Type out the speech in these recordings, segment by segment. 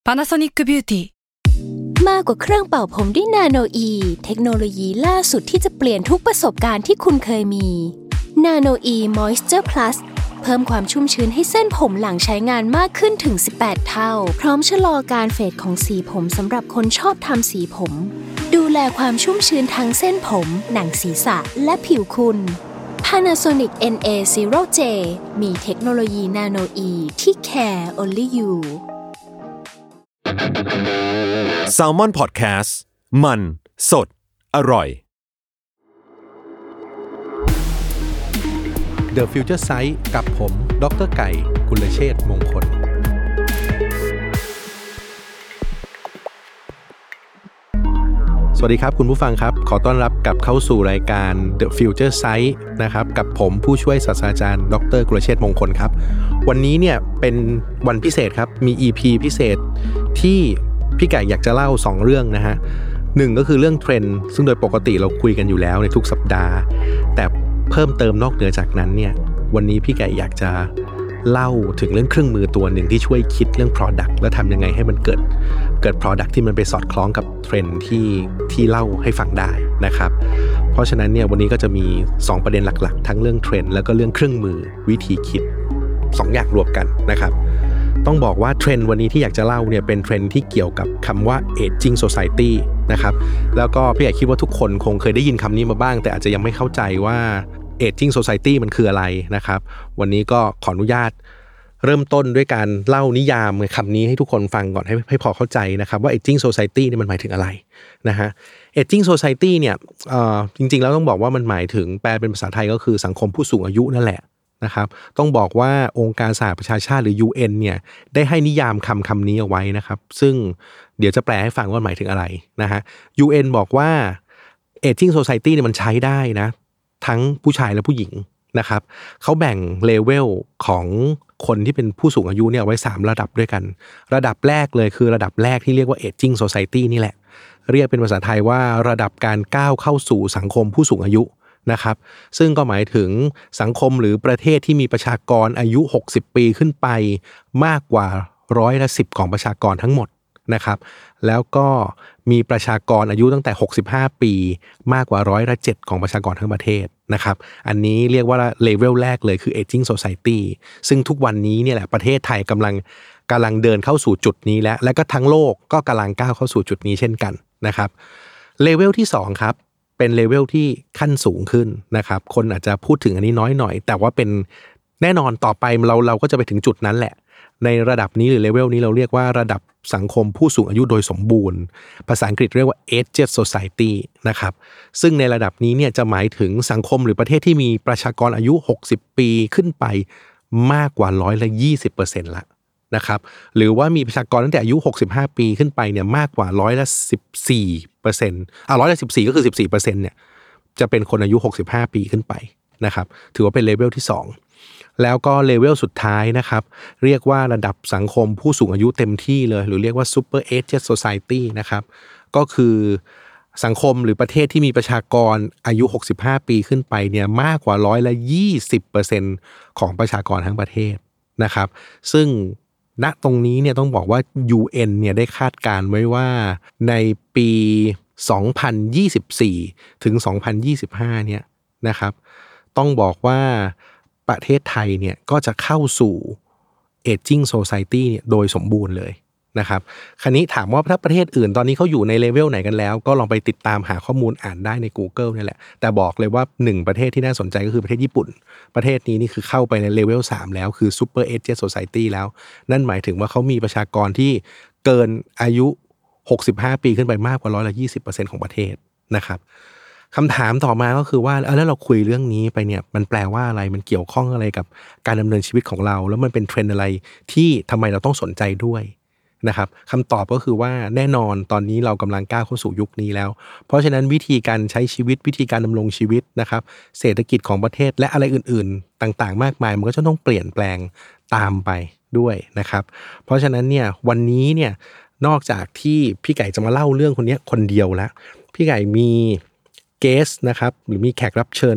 Panasonic Beauty มากกว่าเครื่องเป่าผมด้วยนาโนอีเทคโนโลยีล่าสุดที่จะเปลี่ยนทุกประสบการณ์ที่คุณเคยมีนาโนอีมอยส์เจอร์พลัสเพิ่มความชุ่มชื้นให้เส้นผมหลังใช้งานมากขึ้นถึง18เท่าพร้อมชะลอการเฟดของสีผมสำหรับคนชอบทำสีผมดูแลความชุ่มชื้นทั้งเส้นผมหนังศีรษะและผิวคุณ Panasonic NA0J มีเทคโนโลยีนาโนอีที่ care only you Salmon Podcast มันสดอร่อย The Future Sight กับผมดร.ไก่กุลเชษฐ์มงคลสวัสดีครับคุณผู้ฟังครับขอต้อนรับกลับเข้าสู่รายการ The Future Sight นะครับกับผมผู้ช่วยศาสตราจารย์ดร.กุลเชษฐ์มงคลครับวันนี้เนี่ยเป็นวันพิเศษครับมี EP พิเศษที่พี่ไก่อยากจะเล่า2เรื่องนะฮะ1ก็คือเรื่องเทรนด์ซึ่งโดยปกติเราคุยกันอยู่แล้วในทุกสัปดาห์แต่เพิ่มเติมนอกเหนือจากนั้นเนี่ยวันนี้พี่ไก่อยากจะเล่าถึงเรื่องเครื่องมือตัวหนึ่งที่ช่วยคิดเรื่อง product และทำยังไงให้มันเกิด product ที่มันไปสอดคล้องกับเทรนด์ที่เล่าให้ฟังได้นะครับเพราะฉะนั้นเนี่ยวันนี้ก็จะมี2ประเด็นหลักๆทั้งเรื่องเทรนด์แล้วก็เรื่องเครื่องมือวิธีคิด2อย่างรวมกันนะครับต้องบอกว่าเทรนด์วันนี้ที่อยากจะเล่าเนี่ยเป็นเทรนด์ที่เกี่ยวกับคำว่า aging society นะครับแล้วก็พี่ไก่คิดว่าทุกคนคงเคยได้ยินคำนี้มาบ้างแต่อาจจะยังไม่เข้าใจว่า aging society มันคืออะไรนะครับวันนี้ก็ขออนุญาตเริ่มต้นด้วยการเล่านิยามคำนี้ให้ทุกคนฟังก่อนให้พอเข้าใจนะครับว่า aging society เนี่ยมันหมายถึงอะไรนะฮะ aging society เนี่ยจริงๆแล้วต้องบอกว่ามันหมายถึงแปลเป็นภาษาไทยก็คือสังคมผู้สูงอายุนั่นแหละนะครับต้องบอกว่าองค์การสหประชาชาติหรือ UN เนี่ยได้ให้นิยามคำนี้เอาไว้นะครับซึ่งเดี๋ยวจะแปลให้ฟังว่าหมายถึงอะไรนะฮะ UN บอกว่า aging society เนี่ยมันใช้ได้นะทั้งผู้ชายและผู้หญิงนะครับเขาแบ่งเลเวลของคนที่เป็นผู้สูงอายุเนี่ยไว้3ระดับด้วยกันระดับแรกเลยคือระดับแรกที่เรียกว่า aging society นี่แหละเรียกเป็นภาษาไทยว่าระดับการก้าวเข้าสู่สังคมผู้สูงอายุนะครับซึ่งก็หมายถึงสังคมหรือประเทศที่มีประชากรอายุ60ปีขึ้นไปมากกว่า10%ของประชากรทั้งหมดนะครับแล้วก็มีประชากรอายุตั้งแต่65ปีมากกว่า7%ของประชากรทั้งประเทศนะครับอันนี้เรียกว่าเลเวลแรกเลยคือ aging society ซึ่งทุกวันนี้เนี่ยแหละประเทศไทยกำลังเดินเข้าสู่จุดนี้และก็ทั้งโลกก็กำลังก้าวเข้าสู่จุดนี้เช่นกันนะครับเลเวลที่2ครับเป็นเลเวลที่ขั้นสูงขึ้นนะครับคนอาจจะพูดถึงอันนี้น้อยหน่อยแต่ว่าเป็นแน่นอนต่อไปเราก็จะไปถึงจุดนั้นแหละในระดับนี้หรือเลเวลนี้เราเรียกว่าระดับสังคมผู้สูงอายุโดยสมบูรณ์ภาษาอังกฤษเรียกว่า aged society นะครับซึ่งในระดับนี้เนี่ยจะหมายถึงสังคมหรือประเทศที่มีประชากรอายุ60ปีขึ้นไปมากกว่า20%ละนะครับหรือว่ามีประชากรตั้งแต่อายุ65ปีขึ้นไปเนี่ยมากกว่า14%114ก็คือ 14% เนี่ยจะเป็นคนอายุ65ปีขึ้นไปนะครับถือว่าเป็นเลเวลที่2แล้วก็เลเวลสุดท้ายนะครับเรียกว่าระดับสังคมผู้สูงอายุเต็มที่เลยหรือเรียกว่า Super Aged Society นะครับก็คือสังคมหรือประเทศที่มีประชากรอายุ65ปีขึ้นไปเนี่ยมากกว่า20% ของประชากรทั้งประเทศนะครับซึ่งณตรงนี้เนี่ยต้องบอกว่า UN เนี่ยได้คาดการไว้ว่าในปี2024ถึง2025เนี่ยนะครับต้องบอกว่าประเทศไทยเนี่ยก็จะเข้าสู่ aging society เนี่ยโดยสมบูรณ์เลยนะครับคราวนี้ถามว่าถ้าประเทศอื่นตอนนี้เขาอยู่ในเลเวลไหนกันแล้วก็ลองไปติดตามหาข้อมูลอ่านได้ใน Google นี่แหละแต่บอกเลยว่า1ประเทศที่น่าสนใจก็คือประเทศญี่ปุ่นประเทศนี้นี่คือเข้าไปในเลเวล3แล้วคือ Super Aged Society แล้วนั่นหมายถึงว่าเขามีประชากรที่เกินอายุ65ปีขึ้นไปมากกว่า20% ของประเทศนะครับคำถามต่อมาก็คือว่าแล้วเราคุยเรื่องนี้ไปเนี่ยมันแปลว่าอะไรมันเกี่ยวข้องอะไรกับการดำเนินชีวิตของเราแล้วมันเป็นเทรนด์อะไรที่ทำไมเราต้องสนใจด้วยนะครับคำตอบก็คือว่าแน่นอนตอนนี้เรากำลังก้าวเข้าสู่ยุคนี้แล้วเพราะฉะนั้นวิธีการใช้ชีวิตวิธีการดำรงชีวิตนะครับเศรษฐกิจของประเทศและอะไรอื่นๆต่างๆมากมายมันก็จะต้องเปลี่ยนแปลงตามไปด้วยนะครับเพราะฉะนั้นเนี่ยวันนี้เนี่ยนอกจากที่พี่ไก่จะมาเล่าเรื่องคนนี้คนเดียวแล้วพี่ไก่มีเกสนะครับหรือมีแขกรับเชิญ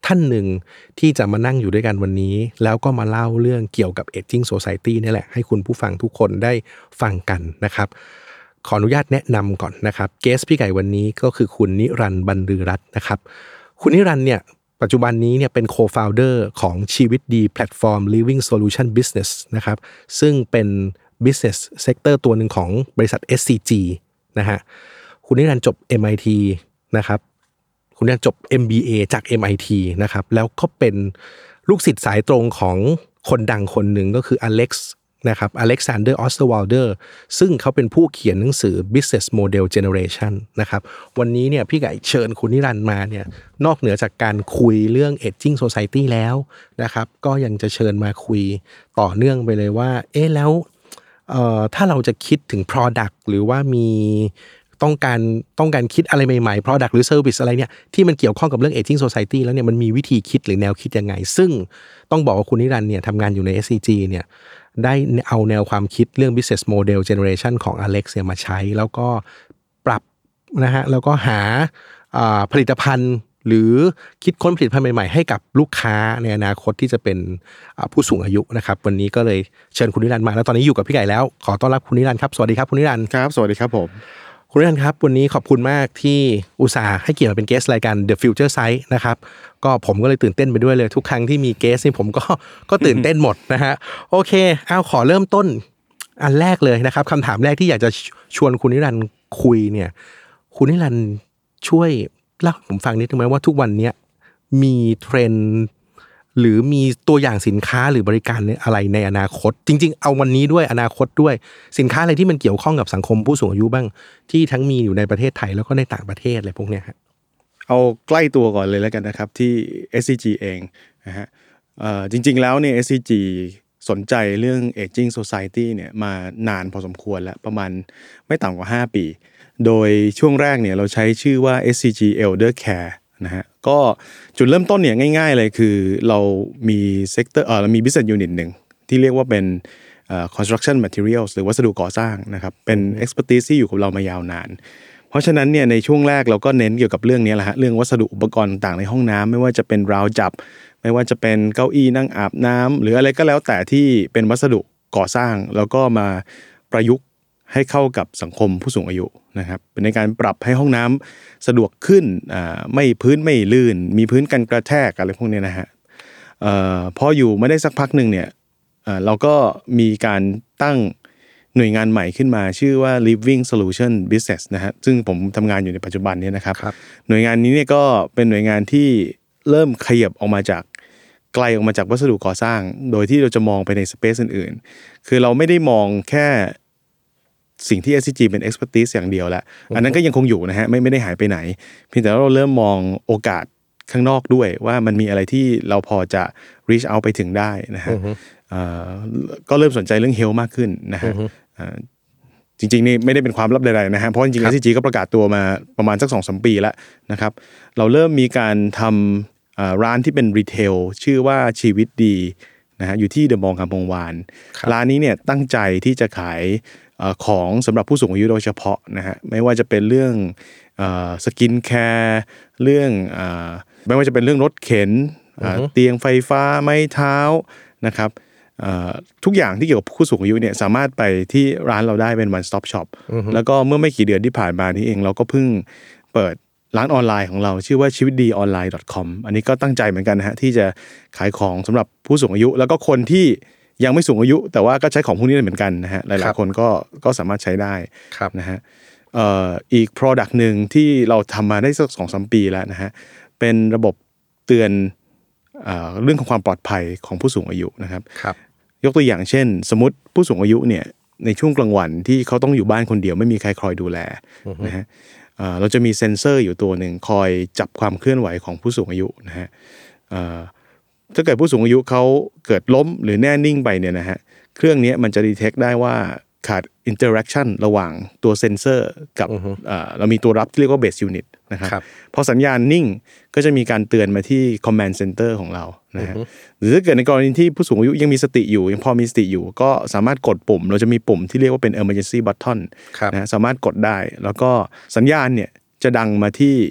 ท่านหนึ่งที่จะมานั่งอยู่ด้วยกันวันนี้แล้วก็มาเล่าเรื่องเกี่ยวกับ Aging Society นี่แหละให้คุณผู้ฟังทุกคนได้ฟังกันนะครับขออนุญาตแนะนำก่อนนะครับเกสพี่ไก่วันนี้ก็คือคุณนิรันดร์บรรลือรัตน์นะครับคุณนิรันดร์เนี่ยปัจจุบันนี้เนี่ยเป็น co-founder ของชีวิตดีแพลตฟอร์ม Living Solution Business นะครับซึ่งเป็น business sector ตัวหนึ่งของบริษัท SCG นะฮะคุณนิรันดร์จบ MIT นะครับคุณนิรันดร์จบ MBA จาก MIT นะครับแล้วก็เป็นลูกศิษย์สายตรงของคนดังคนหนึ่งก็คืออเล็กซ์นะครับอเล็กซานเดอร์ออสเตอร์วาลเดอร์ซึ่งเขาเป็นผู้เขียนหนังสือ Business Model Generation นะครับวันนี้เนี่ยพี่ไก่เชิญคุณนิรันดร์มาเนี่ยนอกเหนือจากการคุยเรื่อง Aging Society แล้วนะครับก็ยังจะเชิญมาคุยต่อเนื่องไปเลยว่าแล้วถ้าเราจะคิดถึง product หรือว่ามีต้องการคิดอะไรใหม่ๆ product หรือ service อะไรเนี่ยที่มันเกี่ยวข้องกับเรื่อง Aging Society แล้วเนี่ยมันมีวิธีคิดหรือแนวคิดยังไงซึ่งต้องบอกว่าคุณนิรันดร์เนี่ยทำงานอยู่ใน SCG เนี่ยได้เอาแนวความคิดเรื่อง business model generation ของ Alex เนี่ยมาใช้แล้วก็ปรับนะฮะแล้วก็หาผลิตภัณฑ์หรือคิดค้นผลิตภัณฑ์ใหม่ๆให้กับลูกค้าในอนาคตที่จะเป็นผู้สูงอายุนะครับวันนี้ก็เลยเชิญคุณนิรันดร์มาแล้วตอนนี้อยู่กับพี่ไก่แล้วขอต้อนรับคุณนิรันดร์ครับสวัสดีครับคุณนิรันดร์ครับสวัสดีครับผมคุณนิรันดร์ครับวันนี้ขอบคุณมากที่อุตส่าห์ให้เกียรติมาเป็นเกสต์รายการ The Future Sight นะครับก็ผมก็เลยตื่นเต้นไปด้วยเลยทุกครั้งที่มีเกสต์นี่ผมก็ตื่นเต้นหมดนะฮะโอเคเอาขอเริ่มต้นอันแรกเลยนะครับคำถามแรกที่อยากจะชวนคุณนิรันดร์คุยเนี่ยคุณนิรันดร์ช่วยเล่าให้ผมฟังนิดนึงไหมว่าทุกวันนี้มีเทรนด์หรือมีตัวอย่างสินค้าหรือบริการอะไรในอนาคตจริงๆเอาวันนี้ด้วยอนาคตด้วยสินค้าอะไรที่มันเกี่ยวข้องกับสังคมผู้สูงอายุบ้างที่ทั้งมีอยู่ในประเทศไทยแล้วก็ในต่างประเทศอะไรพวกเนี้ยฮะเอาใกล้ตัวก่อนเลยแล้วกันนะครับที่ SCG เองนะฮะจริงๆแล้วเนี่ย SCG สนใจเรื่อง Aging Society เนี่ยมานานพอสมควรแล้วประมาณไม่ต่ำกว่า5ปีโดยช่วงแรกเนี่ยเราใช้ชื่อว่า SCG Elder Careนะฮะก็จุดเริ่มต้นเนี่ยง่ายๆเลยคือเรามีเซกเตอร์เรามี business unit หนึ่งที่เรียกว่าเป็นconstruction materials หรือวัสดุก่อสร้างนะครับเป็น expertise ที่อยู่กับเรามายาวนานเพราะฉะนั้นเนี่ยในช่วงแรกเราก็เน้นเกี่ยวกับเรื่องนี้แหละฮะเรื่องวัสดุอุปกรณ์ต่างๆในห้องน้ำไม่ว่าจะเป็นราวจับไม่ว่าจะเป็นเก้าอี้นั่งอาบน้ำหรืออะไรก็แล้วแต่ที่เป็นวัสดุก่อสร้างแล้วก็มาประยุกต์ให้เข้ากับสังคมผู้สูงอายุนะครับเป็นในการปรับให้ห้องน้ำสะดวกขึ้นไม่พื้นไม่ลื่นมีพื้นกันกระแทกอะไรพวกนี้นะฮะพออยู่ไม่ได้สักพักหนึ่งเนี่ยเราก็มีการตั้งหน่วยงานใหม่ขึ้นมาชื่อว่า Living Solution Business นะฮะซึ่งผมทำงานอยู่ในปัจจุบันนี้นะครับหน่วยงานนี้เนี่ยก็เป็นหน่วยงานที่เริ่มขยับออกมาจากไกลออกมาจากวัสดุก่อสร้างโดยที่เราจะมองไปในสเปซอื่นๆคือเราไม่ได้มองแค่สิ่งที่ SCG เป็น expertise อย่างเดียวแล้วอันนั้นก็ยังคงอยู่นะฮะไม่ได้หายไปไหนเพียงแต่เราเริ่มมองโอกาสข้างนอกด้วยว่ามันมีอะไรที่เราพอจะ reach out ไปถึงได้นะฮะก็เริ่มสนใจเรื่อง health มากขึ้นนะฮะจริงๆนี่ไม่ได้เป็นความลับใดๆนะฮะเพราะจริงๆ SCG ก็ประกาศตัวมาประมาณสัก 2-3 ปีแล้วนะครับเราเริ่มมีการทำร้านที่เป็นรีเทลชื่อว่าชีวิตดีนะฮะอยู่ที่เดอะมอลล์งามวงวานร้านนี้เนี่ยตั้งใจที่จะขายของสำหรับผู้สูงอายุโดยเฉพาะนะฮะไม่ว่าจะเป็นเรื่องสกินแคร์เรื่องไม่ว่าจะเป็นเรื่องรถเข็นเตียงไฟฟ้าไม้เท้านะครับทุกอย่างที่เกี่ยวกับผู้สูงอายุเนี่ยสามารถไปที่ร้านเราได้เป็น one stop shop แล้วก็เมื่อไม่กี่เดือนที่ผ่านมานี้เองเราก็เพิ่งเปิดร้านออนไลน์ของเราชื่อว่าชีวิตดีออนไลน์ .com อันนี้ก็ตั้งใจเหมือนกันนะฮะที่จะขายของสำหรับผู้สูงอายุแล้วก็คนที่ยังไม่สูงอายุแต่ว่าก็ใช้ของพวกนี้เหมือนกันนะฮะหลายๆคนก็สามารถใช้ได้นะฮะอีก product นึงที่เราทำมาได้สัก 2-3 ปีแล้วนะฮะเป็นระบบเตือนเรื่องของความปลอดภัยของผู้สูงอายุนะครับยกตัวอย่างเช่นสมมติผู้สูงอายุเนี่ยในช่วงกลางวันที่เขาต้องอยู่บ้านคนเดียวไม่มีใครคอยดูแลนะฮะเราจะมีเซ็นเซอร์อยู่ตัวหนึ่งคอยจับความเคลื่อนไหวของผู้สูงอายุนะฮะถ้าเกิดผู้สูงอายุเขาเกิดล้มหรือแน่นิ่งไปเนี่ยนะฮะเครื่องนี้มันจะดีเทคได้ว่าขาดอินเตอร์แอคชั่นระหว่างตัวเซ็นเซอร์กับเรามีตัวรับที่เรียกว่าเบสยูนิตนะครับพอสัญญาณนิ่งก็จะมีการเตือนมาที่คอมมานด์เซ็นเตอร์ของเรานะฮะหรือถ้าเกิดในกรณีที่ผู้สูงอายุยังมีสติอยู่ยังพอมีสติอยู่ก็สามารถกดปุ่มเราจะมีปุ่มที่เรียกว่าเป็น emergency button นะสามารถกดได้แล้วก็สัญญาณเนี่ยจะดังมาที่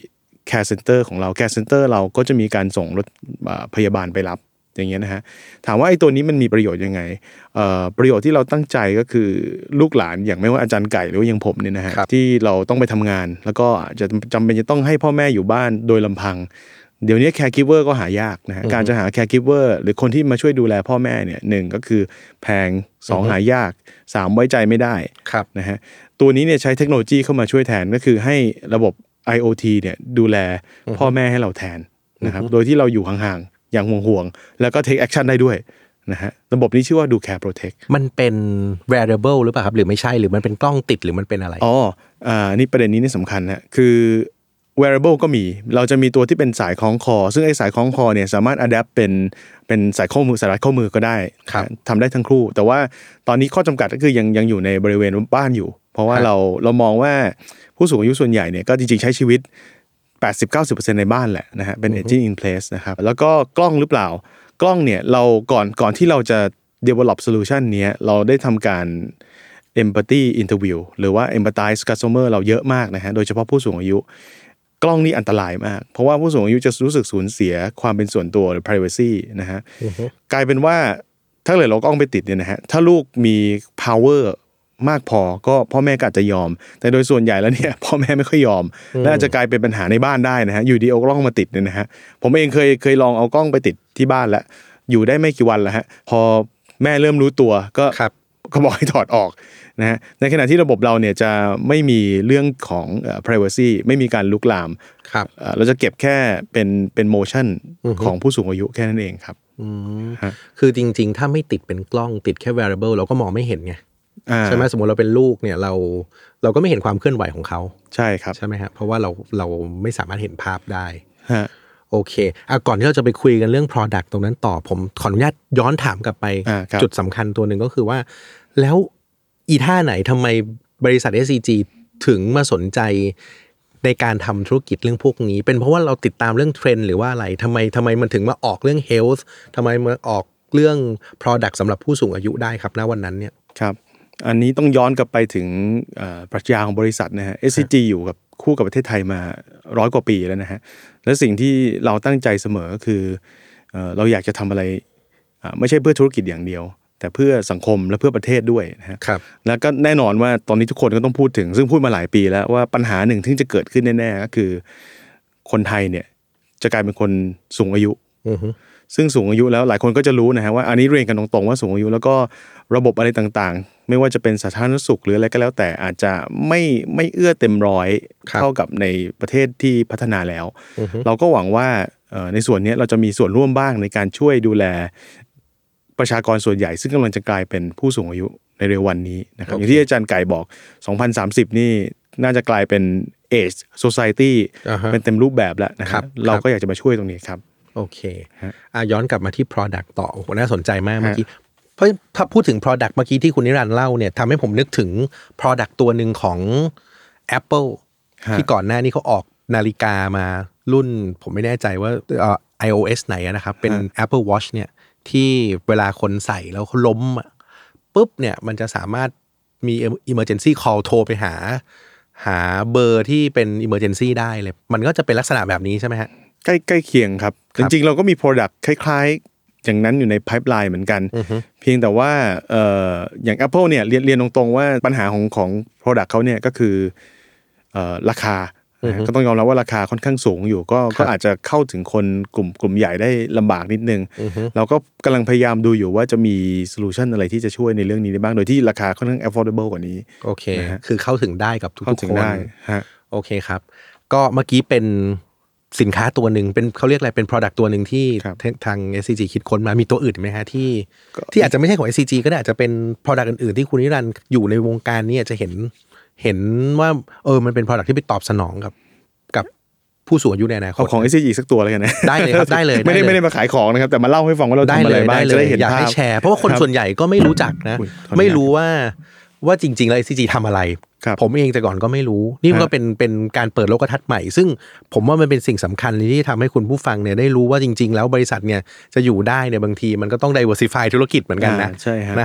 care center ของเรา care center เราก็จะมีการส่งรถพยาบาลไปรับอย่างเงี้ยนะฮะถามว่าไอ้ตัวนี้มันมีประโยชน์ยังไงประโยชน์ที่เราตั้งใจก็คือลูกหลานอย่างไม่ว่าอาจารย์ไก่หรืออย่างผมเนี่ยนะฮะที่เราต้องไปทำงานแล้วก็จะจำเป็นจะต้องให้พ่อแม่อยู่บ้านโดยลำพังเดี๋ยวนี้ caregiver ก็หายากนะฮะการจะหา caregiver หรือคนที่มาช่วยดูแลพ่อแม่เนี่ย1ก็คือแพง2หายาก3ไว้ใจไม่ได้นะฮะตัวนี้เนี่ยใช้เทคโนโลยีเข้ามาช่วยแทนก็คือให้ระบบ IoT เนี่ยดูแลพ่อแม่ให้เราแทนนะครับโดยที่เราอยู่ห่างๆอย่างห่วงๆแล้วก็ take action ได้ด้วยนะฮะระบบนี้ชื่อว่า Do Care Protect มันเป็น wearable หรือเปล่าครับหรือไม่ใช่หรือมันเป็นกล้องติดหรือมันเป็นอะไรนี่ประเด็นนี้นี่สำคัญนะคือ wearable ก็มีเราจะมีตัวที่เป็นสายคล้องคอซึ่งไอ้สายคล้องคอเนี่ยสามารถ adapt เป็นสายข้อมือสายรัดข้อมือก็ได้ทำได้ทั้งคู่แต่ว่าตอนนี้ข้อจำกัดก็คือยังอยู่ในบริเวณบ้านอยู่เพราะว่าเรามองว่าผู้สูงอายุส่วนใหญ่เนี่ยก็จริงๆใช้ชีวิต 80-90% ในบ้านแหละนะฮะเป็น aging in place นะครับแล้วก็กล้องหรือเปล่ากล้องเนี่ยเราก่อนที่เราจะ develop solution เนี้ยเราได้ทำการ empathy interview หรือว่า empathize customer เราเยอะมากนะฮะโดยเฉพาะผู้สูงอายุกล้องนี่อันตรายมากเพราะว่าผู้สูงอายุจะรู้สึกสูญเสียความเป็นส่วนตัวหรือ privacy นะฮะกลายเป็นว่าถ้าเกิดเรากล้องไปติดเนี่ยนะฮะถ้าลูกมี power มากพอก็พ่อแม่ก็อาจจะยอมแต่โดยส่วนใหญ่แล้วเนี่ยพ่อแม่ไม่ค่อยยอมและอาจจะกลายเป็นปัญหาในบ้านได้นะฮะอยู่ดีเอากล้องมาติดเนี่ยนะฮะผมเองเคยลองเอากล้องไปติดที่บ้านแล้วอยู่ได้ไม่กี่วันแล้วฮะพอแม่เริ่มรู้ตัวก็บอกให้ถอดออกนะฮะในขณะที่ระบบเราเนี่ยจะไม่มีเรื่องของ privacy ไม่มีการลุกลามเราจะเก็บแค่เป็น motion ของผู้สูงอายุแค่นั้นเองครับคือจริงๆถ้าไม่ติดเป็นกล้องติดแค่ wearable เราก็มองไม่เห็นไงใช่ไหมสมมติเราเป็นลูกเนี่ยเราก็ไม่เห็นความเคลื่อนไหวของเขาใช่ครับใช่ไหมครับเพราะว่าเราไม่สามารถเห็นภาพได้โอเคก่อนที่เราจะไปคุยกันเรื่อง product ตรงนั้นต่อผมขออนุญาตย้อนถามกลับไปจุดสำคัญตัวหนึ่งก็คือว่าแล้วอีท่าไหนทำไมบริษัท SCG ถึงมาสนใจในการทำธุรกิจเรื่องพวกนี้เป็นเพราะว่าเราติดตามเรื่องเทรนด์หรือว่าอะไรทำไมมันถึงมาออกเรื่อง health ทำไมมาออกเรื่อง product สำหรับผู้สูงอายุได้ครับณวันนั้นเนี่ยครับอันนี้ต้องย้อนกลับไปถึงปรัชญาของบริษัทนะฮะ SCG อยู่กับคู่กับประเทศไทยมา100 กว่าปีแล้วนะฮะและสิ่งที่เราตั้งใจเสมอคือเราอยากจะทำอะไรไม่ใช่เพื่อธุรกิจอย่างเดียวแต่เพื่อสังคมและเพื่อประเทศด้วยนะครับแล้วก็แน่นอนว่าตอนนี้ทุกคนก็ต้องพูดถึงซึ่งพูดมาหลายปีแล้วว่าปัญหาหนึ่งที่จะเกิดขึ้นแน่ๆก็คือคนไทยเนี่ยจะกลายเป็นคนสูงอายุซึ่งสูงอายุแล้วหลายคนก็จะรู้นะฮะว่าอันนี้เรียนกันตรงๆว่าสูงอายุแล้วก็ระบบอะไรต่างๆไม่ว่าจะเป็นสาธารณสุขหรืออะไรก็แล้วแต่อาจจะไม่เอื้อเต็มร้อยเท่ากับในประเทศที่พัฒนาแล้วเราก็หวังว่าในส่วนนี้เราจะมีส่วนร่วมบ้างในการช่วยดูแลประชากรส่วนใหญ่ซึ่งกำลังจะกลายเป็นผู้สูงอายุในเร็ววันนี้นะครับอย่างที่อาจารย์ไก่บอก2030นี่น่าจะกลายเป็น Age Society เป็นเต็มรูปแบบแล้วนะครับเราก็อยากจะมาช่วยตรงนี้ครับโอเคย้อนกลับมาที่ product ต่อโอ้โหน่าสนใจมากเมื่อกี้เพราะถ้าพูดถึง product เมื่อกี้ที่คุณนิรันดร์เล่าเนี่ยทำให้ผมนึกถึง product ตัวหนึ่งของ Apple ที่ก่อนหน้านี้เขาออกนาฬิกามารุ่นผมไม่แน่ใจว่าiOS ไหนนะครับเป็น Apple Watch เนี่ยที่เวลาคนใส่แล้วเขาล้มปุ๊บเนี่ยมันจะสามารถมี emergency call โทรไปหาเบอร์ที่เป็น emergency ได้เลยมันก็จะเป็นลักษณะแบบนี้ใช่ไหมฮะใกล้เคียงครับจริงๆเราก็มี product คล้ายๆอย่างนั้นอยู่ใน pipeline เหมือนกันเพียงแต่ว่าอย่าง Apple เนี่ยเรียนตรงๆว่าปัญหาของ product เขาเนี่ยก็คือราคาก็ต้องยอมรับว่าราคาค่อนข้างสูงอยู่ก็อาจจะเข้าถึงคนกลุ่มใหญ่ได้ลำบากนิดนึงเราก็กำลังพยายามดูอยู่ว่าจะมีโซลูชันอะไรที่จะช่วยในเรื่องนี้ได้บ้างโดยที่ราคาค่อนข้าง affordable กว่านี้โอเคคือเข้าถึงได้กับทุกคนได้โอเคครับก็เมื่อกี้เป็นสินค้าตัวหนึ่งเป็นเขาเรียกอะไรเป็น product ตัวหนึ่งที่ทาง SCG คิดค้นมามีตัวอื่นไหมฮะที่อาจจะไม่ใช่ของ SCG ก็ได้อาจจะเป็น product อื่นๆที่คุณนิรันดร์อยู่ในวงการนี้จะเห็นว่ามันเป็น product ที่ไปตอบสนองกับผู้สูงอายุในอนาคตของ SCG สักตัวแล้วกันนะได้เลยครับได้เลยไม่ได้มาขายของนะครับแต่มาเล่าให้ฟังว่าเราทำอะไรบ้างจะได้เห็นภาพอยากให้แชร์เพราะว่าคนส่วนใหญ่ก็ไม่รู้จักนะไม่รู้ว่าจริงๆแล้ว SCG ทำอะไรผมเองแต่ก่อนก็ไม่รู้นี่ก็เป็นการเปิดโลกทัศน์ใหม่ซึ่งผมว่ามันเป็นสิ่งสำคัญที่ทำให้คุณผู้ฟังเนี่ยได้รู้ว่าจริงๆแล้วบริษัทเนี่ยจะอยู่ได้เนี่ยบางทีมันก็ต้อง diversify ธุรกิจเหมือนกันนะใช่ฮะนะฮะ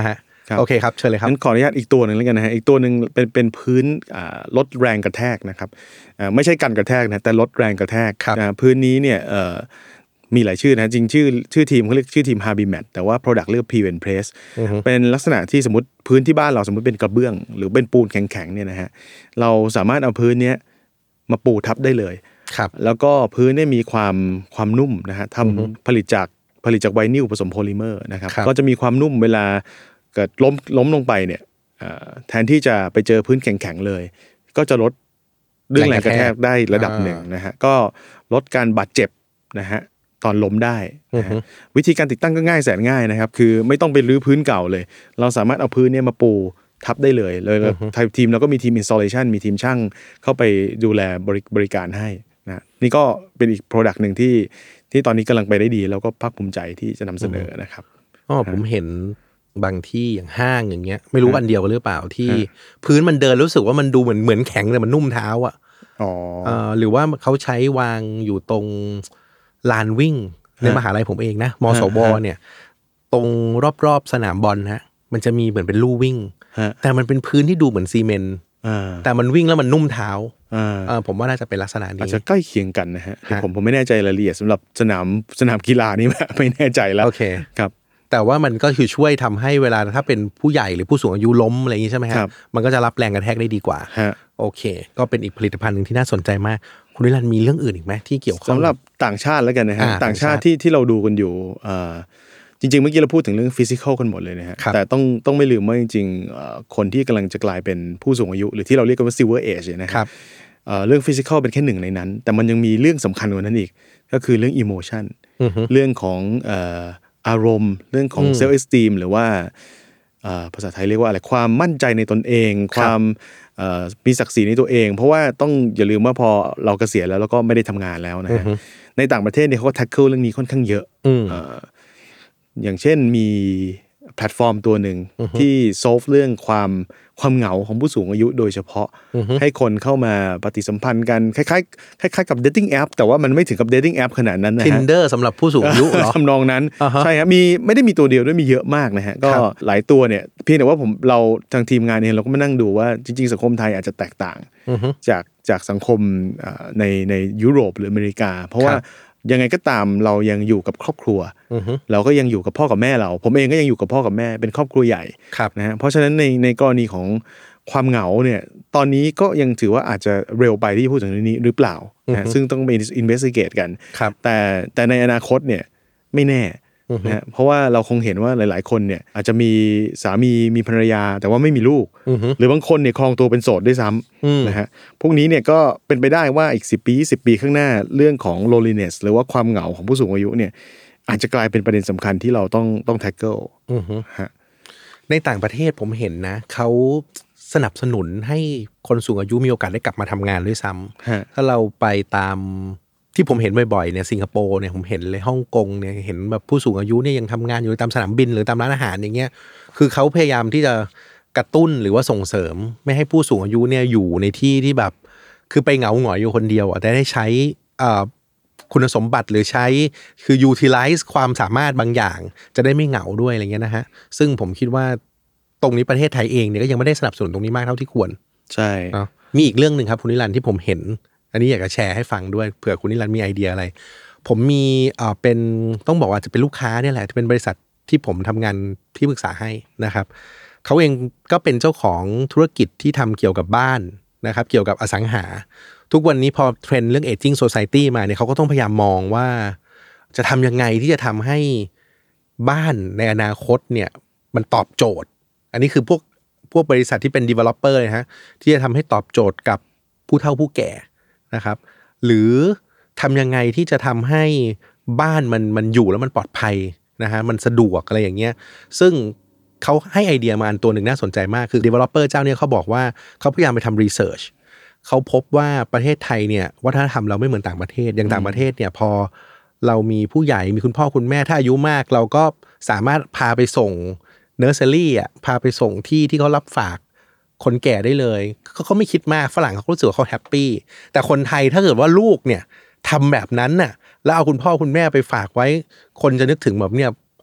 โอเคครับเชิญเลยครับงั้นขออนุญาตอีกตัวนึงแล้วกันนะฮะอีกตัวนึงเป็นพื้นลดแรงกระแทกนะครับไม่ใช่กันกระแทกนะแต่ลดแรงกระแทกพื้นนี้เนี่ยมีหลายชื่อนะจริงชื่อทีมเขาเรียกชื่อทีม Habimat แต่ว่า product เรียก Peel and Press เป็นลักษณะที่สมมติพื้นที่บ้านเราสมมติเป็นกระเบื้องหรือเป็นปูนแข็งๆเนี่ยนะฮะเราสามารถเอาพื้นเนี้ยมาปูทับได้เลยแล้วก็พื้นเนี่ยมีความนุ่มนะฮะทำผลิตจากไวนิลผสมโพลิเมอร์นะครับก็จะมีความนุ่มเวลาเกิดล้มลงไปเนี่ยแทนที่จะไปเจอพื้นแข็งๆเลยก็จะลดเรื่องแรงกระแทกได้ระดับหนึ่งนะฮะก็ลดการบาดเจ็บนะฮะตอนล้มได้นะฮะวิธีการติดตั้งก็ง่ายแสนง่ายนะครับคือไม่ต้องไปรื้อพื้นเก่าเลยเราสามารถเอาพื้นเนี่ยมาปูทับได้เลยทีมเราก็มีทีม installation มีทีมช่างเข้าไปดูแลบริการให้นะนี่ก็เป็นอีก product หนึ่งที่ตอนนี้กำลังไปได้ดีแล้วก็ภาคภูมิใจที่จะนำเสนอนะครับผมเห็นบางที่อย่างห้างอย่างเงี้ยไม่รู้อันเดียวกันหรือเปล่าที่พื้นมันเดินรู้สึกว่ามันดูเหมือนแข็งแต่มันนุ่มเท้าอ่ะหรือว่าเขาใช้วางอยู่ตรงลานวิ่งในมหาลัยผมเองนะมสวเนี่ยตรงรอบๆสนามบอลฮะมันจะมีเหมือนเป็นลู่วิ่งแต่มันเป็นพื้นที่ดูเหมือนซีเมนต์แต่มันวิ่งแล้วมันนุ่มเท้าผมว่าน่าจะเป็นลักษณะนี้อาจจะใกล้เคียงกันนะฮะผมไม่แน่ใจรายละเอียดสำหรับสนามกีฬานี่ไม่แน่ใจแล้วโอเคครับแต่ว่ามันก็คือช่วยทำให้เวลาถ้าเป็นผู้ใหญ่หรือผู้สูงอายุล้มอะไรอย่างนี้ใช่ไหมครับมันก็จะรับแรงกระแทกได้ดีกว่าโอเคก็เป็นอีกผลิตภัณฑ์หนึ่งที่น่าสนใจมากคุณนิรันดร์มีเรื่องอื่นอีกไหมที่เกี่ยวข้องสำหรับต่างชาติแล้วกันนะฮะต่างชาติที่เราดูกันอยู่จริงๆเมื่อกี้เราพูดถึงเรื่องฟิสิกอลกันหมดเลยนะฮะแต่ต้องไม่ลืมว่าจริงๆคนที่กำลังจะกลายเป็นผู้สูงอายุหรือที่เราเรียกกันว่า Silver Age นะครับเรื่องฟิสิกอลเป็นแค่หนึ่งในนั้นแต่มันยังมีเรื่องสำคัญกว่านั้นอีกก็คือเรื่องอิโมชันเรื่องของอารมณ์เรื่องของเซลฟ์เอสตีมหรือว่าภาษาไทยเรียกว่าอะไรความมั่นใจในตนเองความมีศักดิ์ศรีในตัวเองเพราะว่าต้องอย่าลืมว่าพอเราเกษียณแล้วก็ไม่ได้ทำงานแล้วนะฮะในต่างประเทศเนี่ยเขาก็แท็กเกิลเรื่องนี้ค่อนข้างเยอะอย่างเช่นมีแพลตฟอร์มตัวหนึ่งที่โซฟเรื่องความเหงาของผู้สูงอายุโดยเฉพาะให้คนเข้ามาปฏิสัมพันธ์กันคล้ายๆกับ dating app แต่ว่ามันไม่ถึงกับ dating app ขนาดนั้นนะฮะ Tinder สำหรับผู้สูงอายุเหรอทำนองนั้นใช่ครับไม่ได้มีตัวเดียวด้วยมีเยอะมากนะฮะก็หลายตัวเนี่ยเพียงแต่ว่าเราทางทีมงานเองเราก็มานั่งดูว่าจริงๆสังคมไทยอาจจะแตกต่างจากสังคมในยุโรปหรืออเมริกาเพราะว่ายังไงก็ตามเรายังอยู่กับครอบครัวเราก็ยังอยู่กับพ่อกับแม่เราผมเองก็ยังอยู่กับพ่อกับแม่เป็นครอบครัวใหญ่นะฮะเพราะฉะนั้นในกรณีของความเหงาเนี่ยตอนนี้ก็ยังถือว่าอาจจะเร็วไปที่จะพูดถึงเรื่องนี้หรือเปล่านะซึ่งต้องไป investigate กันแต่ในอนาคตเนี่ยไม่แน่นะเพราะว่าเราคงเห็นว่าหลายๆคนเนี่ยอาจจะมีสามีมีภรรยาแต่ว่าไม่มีลูกหรือบางคนเนี่ยครองตัวเป็นโสดด้วยซ้ำนะฮะพวกนี้เนี่ยก็เป็นไปได้ว่าอีก10 ปี 20 ปีข้างหน้าเรื่องของ loneliness หรือว่าความเหงาของผู้สูงอายุเนี่ยอาจจะกลายเป็นประเด็นสำคัญที่เราต้อง tackle ฮะในต่างประเทศผมเห็นนะเขาสนับสนุนให้คนสูงอายุมีโอกาสได้กลับมาทำงานด้วยซ้ำถ้าเราไปตามที่ผมเห็นบ่อยๆเนี่ยสิงคโปร์เนี่ยผมเห็นเลยฮ่องกงเนี่ยเห็นแบบผู้สูงอายุเนี่ยยังทำงานอยู่ตามสนามบินหรือตามร้านอาหารอย่างเงี้ยคือเขาพยายามที่จะกระตุ้นหรือว่าส่งเสริมไม่ให้ผู้สูงอายุเนี่ยอยู่ในที่ที่แบบคือไปเหงาหงอยอยู่คนเดียวแต่ได้ใช้คุณสมบัติหรือใช้คือ utilize ความสามารถบางอย่างจะได้ไม่เหงาด้วยอะไรเงี้ยนะฮะซึ่งผมคิดว่าตรงนี้ประเทศไทยเองเนี่ยก็ยังไม่ได้สนับสนุนตรงนี้มากเท่าที่ควรใช่มีอีกเรื่องนึงครับคุณนิรันดร์ที่ผมเห็นอันนี้อยากจะแชร์ให้ฟังด้วยเผื่อคุณนิรันดร์มีไอเดียอะไรผมมีเป็นต้องบอกว่าจะเป็นลูกค้าเนี่ยแหละเป็นบริษัทที่ผมทำงานที่ปรึกษาให้นะครับเขาเองก็เป็นเจ้าของธุรกิจที่ทำเกี่ยวกับบ้านนะครับเกี่ยวกับอสังหาทุกวันนี้พอเทรนด์เรื่อง aging society มาเนี่ยเขาก็ต้องพยายามมองว่าจะทำยังไงที่จะทำให้บ้านในอนาคตเนี่ยมันตอบโจทย์อันนี้คือพวกบริษัทที่เป็น developer นะฮะที่จะทำให้ตอบโจทย์กับผู้เฒ่าผู้แก่นะครับหรือทำยังไงที่จะทำให้บ้านมันอยู่แล้วมันปลอดภัยนะฮะมันสะดวกอะไรอย่างเงี้ยซึ่งเขาให้ไอเดียมาอันตัวหนึ่งน่าสนใจมากคือ developer เจ้าเนี่ยเขาบอกว่าเขาพยายามไปทำ research เขาพบว่าประเทศไทยเนี่ยวัฒนธรรมเราไม่เหมือนต่างประเทศอย่างต่างประเทศเนี่ยพอเรามีผู้ใหญ่มีคุณพ่อคุณแม่ถ้าอายุมากเราก็สามารถพาไปส่งเนอร์เซอรี่พาไปส่งที่เขารับฝากคนแก่ได้เลยเขาไม่คิดมากฝรั่งเขารู้สึกว่าเขาแฮปปี้แต่คนไทยถ้าเกิดว่าลูกเนี่ยทำแบบนั้นน่ะแล้วเอาคุณพ่อคุณแม่ไปฝากไว้คนจะนึกถึงแบบเนี่ย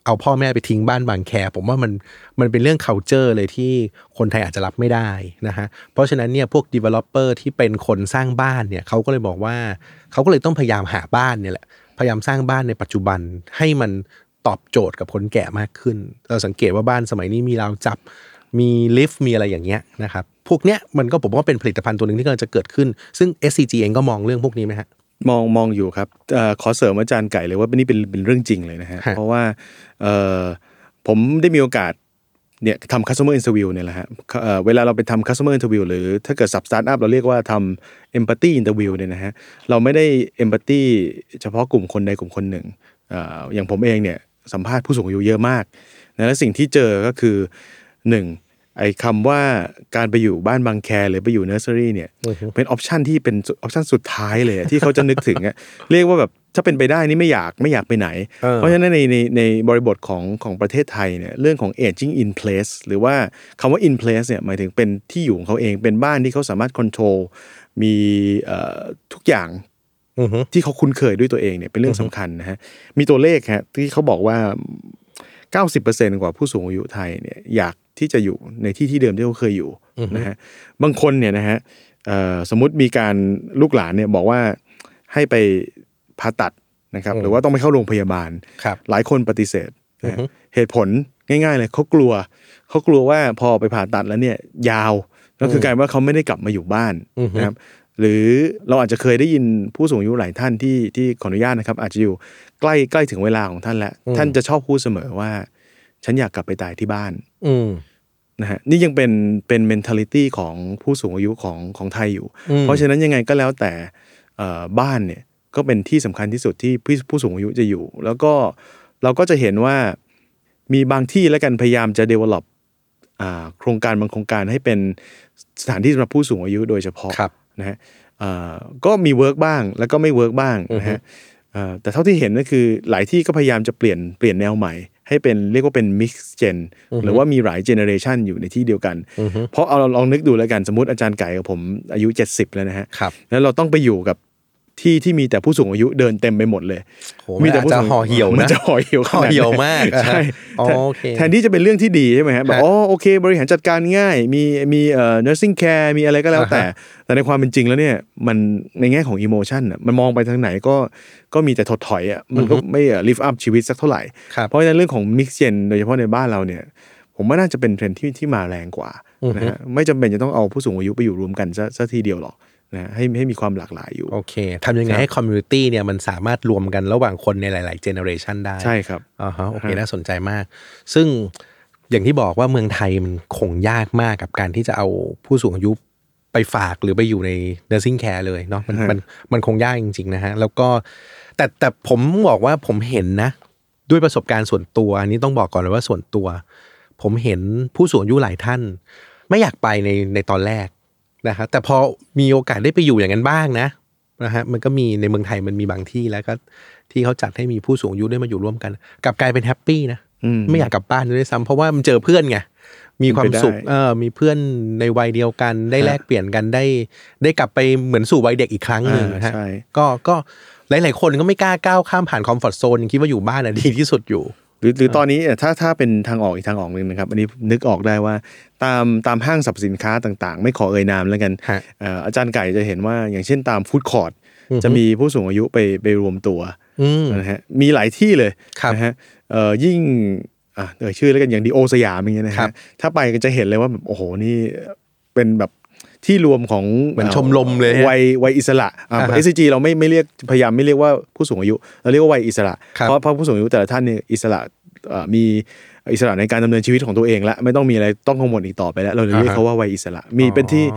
เอาพ่อแม่ไปทิ้งบ้านบางแคผมว่ามันเป็นเรื่อง culture เลยที่คนไทยอาจจะรับไม่ได้นะฮะเพราะฉะนั้นเนี่ยพวก developer ที่เป็นคนสร้างบ้านเนี่ยเขาก็เลยบอกว่าเขาก็เลยต้องพยายามหาบ้านเนี่ยแหละพยายามสร้างบ้านในปัจจุบันให้มันตอบโจทย์กับคนแก่มากขึ้นเราสังเกตว่าบ้านสมัยนี้มีราวจับมีลิฟต์มีอะไรอย่างเงี้ยนะครับพวกเนี้ยมันก็ผมว่าเป็นผลิตภัณฑ์ตัวนึงที่กำลังจะเกิดขึ้นซึ่ง SCG เองก็มองเรื่องพวกนี้ไหมฮะมองอยู่ครับขอเสริมอาจารย์ไก่เลยว่านี่เป็นเรื่องจริงเลยนะฮะเพราะว่าผมได้มีโอกาสเนี่ยทำ customer interview เนี่ยแหละฮะเวลาเราไปทำ customer interview หรือถ้าเกิด sub startup เราเรียกว่าทำ empathy interview เนี่ยนะฮะเราไม่ได้ empathy เฉพาะกลุ่มคนใดกลุ่มคนหนึ่งอย่างผมเองเนี่ยสัมภาษณ์ผู้สูงอายุเยอะมากนะและสิ่งที่เจอก็คือ1ไอ้คำว่าการไปอยู่บ้านบางแคหรือไปอยู่เนอร์เซอรี่เนี่ยเป็นออปชันที่เป็นออปชันสุดท้ายเลยที่เขาจะนึกถึงเรียกว่าแบบถ้าเป็นไปได้นี่ไม่อยากไปไหนเพราะฉะนั้นในบริบทของประเทศไทยเนี่ยเรื่องของ aging in place หรือว่าคำว่า in place เนี่ยหมายถึงเป็นที่อยู่ของเขาเองเป็นบ้านที่เขาสามารถ control มีทุกอย่างที่เขาคุ้นเคยด้วยตัวเองเนี่ยเป็นเรื่องสำคัญนะฮะมีตัวเลขฮะที่เขาบอกว่า 90% กว่าผู้สูงอายุไทยเนี่ยอยากที่จะอยู่ในที่เดิมที่เขาเคยอยู่นะฮะบางคนเนี่ยนะฮะสมมุติมีการลูกหลานเนี่ยบอกว่าให้ไปผ่าตัดนะครับหรือว่าต้องไปเข้าโรงพยาบาลหลายคนปฏิเสธนะเหตุผลง่ายๆเลยเขากลัวว่าพอไปผ่าตัดแล้วเนี่ยยาวก็คือกลายว่าเขาไม่ได้กลับมาอยู่บ้านนะครับหรือเราอาจจะเคยได้ยินผู้สูงอายุหลายท่านที่ขออนุญาตนะครับอาจจะอยู่ใกล้ถึงเวลาของท่านแล้วท่านจะชอบพูดเสมอว่าฉันอยากกลับไปตายที่บ้านนะฮะนี่ยังเป็น mentality ของผู้สูงอายุของไทยอยู่เพราะฉะนั้นยังไงก็แล้วแต่บ้านเนี่ยก็เป็นที่สำคัญที่สุดที่ผู้สูงอายุจะอยู่แล้วก็เราก็จะเห็นว่ามีบางที่แล้วกันพยายามจะ develop โครงการบางโครงการให้เป็นสถานที่สำหรับผู้สูงอายุโดยเฉพาะนะฮะก็มีเวิร์กบ้างแล้วก็ไม่เวิร์กบ้างนะฮะแต่เท่าที่เห็นก็คือหลายที่ก็พยายามจะเปลี่ยนแนวใหม่ให้เป็นเรียกว่าเป็น mix gen หรือว่ามีหลาย generation อยู่ในที่เดียวกันเพราะเอาเราลองนึกดูแล้วกันสมมุติอาจารย์ไก่กับผมอายุ70แล้วนะฮะแล้วเราต้องไปอยู่กับที่มีแต่ผู้สูงอายุเดินเต็มไปหมดเลยมีแต่ผู้สูงห่อเหี่ยวนะมันจะห่อเหี่ยวมากใช่แทนที่จะเป็นเรื่องที่ดีใช่ไหมฮะแบบโอเคบริหารจัดการง่ายมีnursing care มีอะไรก็แล้วแต่ในความเป็นจริงแล้วเนี่ยมันในแง่ของ emotion อ่ะมันมองไปทางไหนก็มีแต่ถดถอยอ่ะมันก็ไม่lift up ชีวิตสักเท่าไหร่เพราะฉะนั้นเรื่องของ mix gen โดยเฉพาะในบ้านเราเนี่ยผมว่าน่าจะเป็นเทรนด์ที่มาแรงกว่านะฮะไม่จำเป็นจะต้องเอาผู้สูงอายุไปอยู่รวมกันซะทีเดียวหรอกนะให้มีความหลากหลายอยู่โอเคทำยังไงให้คอมมูนิตี้เนี่ยมันสามารถรวมกันระหว่างคนในหลายๆเจเนอเรชันได้ใช่ครับโอเคน่าสนใจมากซึ่งอย่างที่บอกว่าเมืองไทยมันคงยากมากกับการที่จะเอาผู้สูงอายุไปฝากหรือไปอยู่ใน nursing care เลยเนาะมันคงยากจริงๆนะฮะแล้วก็แต่ผมบอกว่าผมเห็นนะด้วยประสบการณ์ส่วนตัวอันนี้ต้องบอกก่อนเลยว่าส่วนตัวผมเห็นผู้สูงอายุหลายท่านไม่อยากไปในตอนแรกนะฮะแต่พอมีโอกาสได้ไปอยู่อย่างนั้นบ้างนะฮะมันก็มีในเมืองไทยมันมีบางที่แล้วก็ที่เขาจัดให้มีผู้สูงอายุได้มาอยู่ร่วมกันกลับกลายเป็นแฮปปี้นะไม่อยากกลับบ้านด้วยซ้ำเพราะว่ามันเจอเพื่อนไงมีความสุขมีเพื่อนในวัยเดียวกันได้แลกเปลี่ยนกันได้กลับไปเหมือนสู่วัยเด็กอีกครั้งนึงนะฮะก็หลายๆคนก็ไม่กล้าก้าวข้ามผ่านคอมฟอร์ทโซนคิดว่าอยู่บ้านดีที่สุดอยู่หรือตอนนี้ถ้าเป็นทางออกอีกทางออกนึงนะครับอันนี้นึกออกได้ว่าตามห้างสรรพสินค้าต่างๆไม่ขอเอ่ยนามแล้วกันอาจารย์ไก่จะเห็นว่าอย่างเช่นตามฟู้ดคอร์ทจะมีผู้สูงอายุไปรวมตัวนะฮะมีหลายที่เลยนะฮะยิ่งชื่อแล้วกันอย่างดีโอสยามอย่างเงี้ยนะฮะถ้าไปก็จะเห็นเลยว่าแบบโอ้โหนี่เป็นแบบที่รวมของเหมือนชมรมเลยวัยอิสระSCG เราไม่เรียกพยายามไม่เรียกว่าผู้สูงอายุเราเรียกว่าวัยอิสระเพราะผู้สูงอายุแต่ละท่านเนี่ยอิสระมีอิสระในการดำเนินชีวิตของตัวเองและไม่ต้องมีอะไรต้องกังวลอีกต่อไปแล้วเราเรียกเขาว่าวัยอิสระมีเป็นที่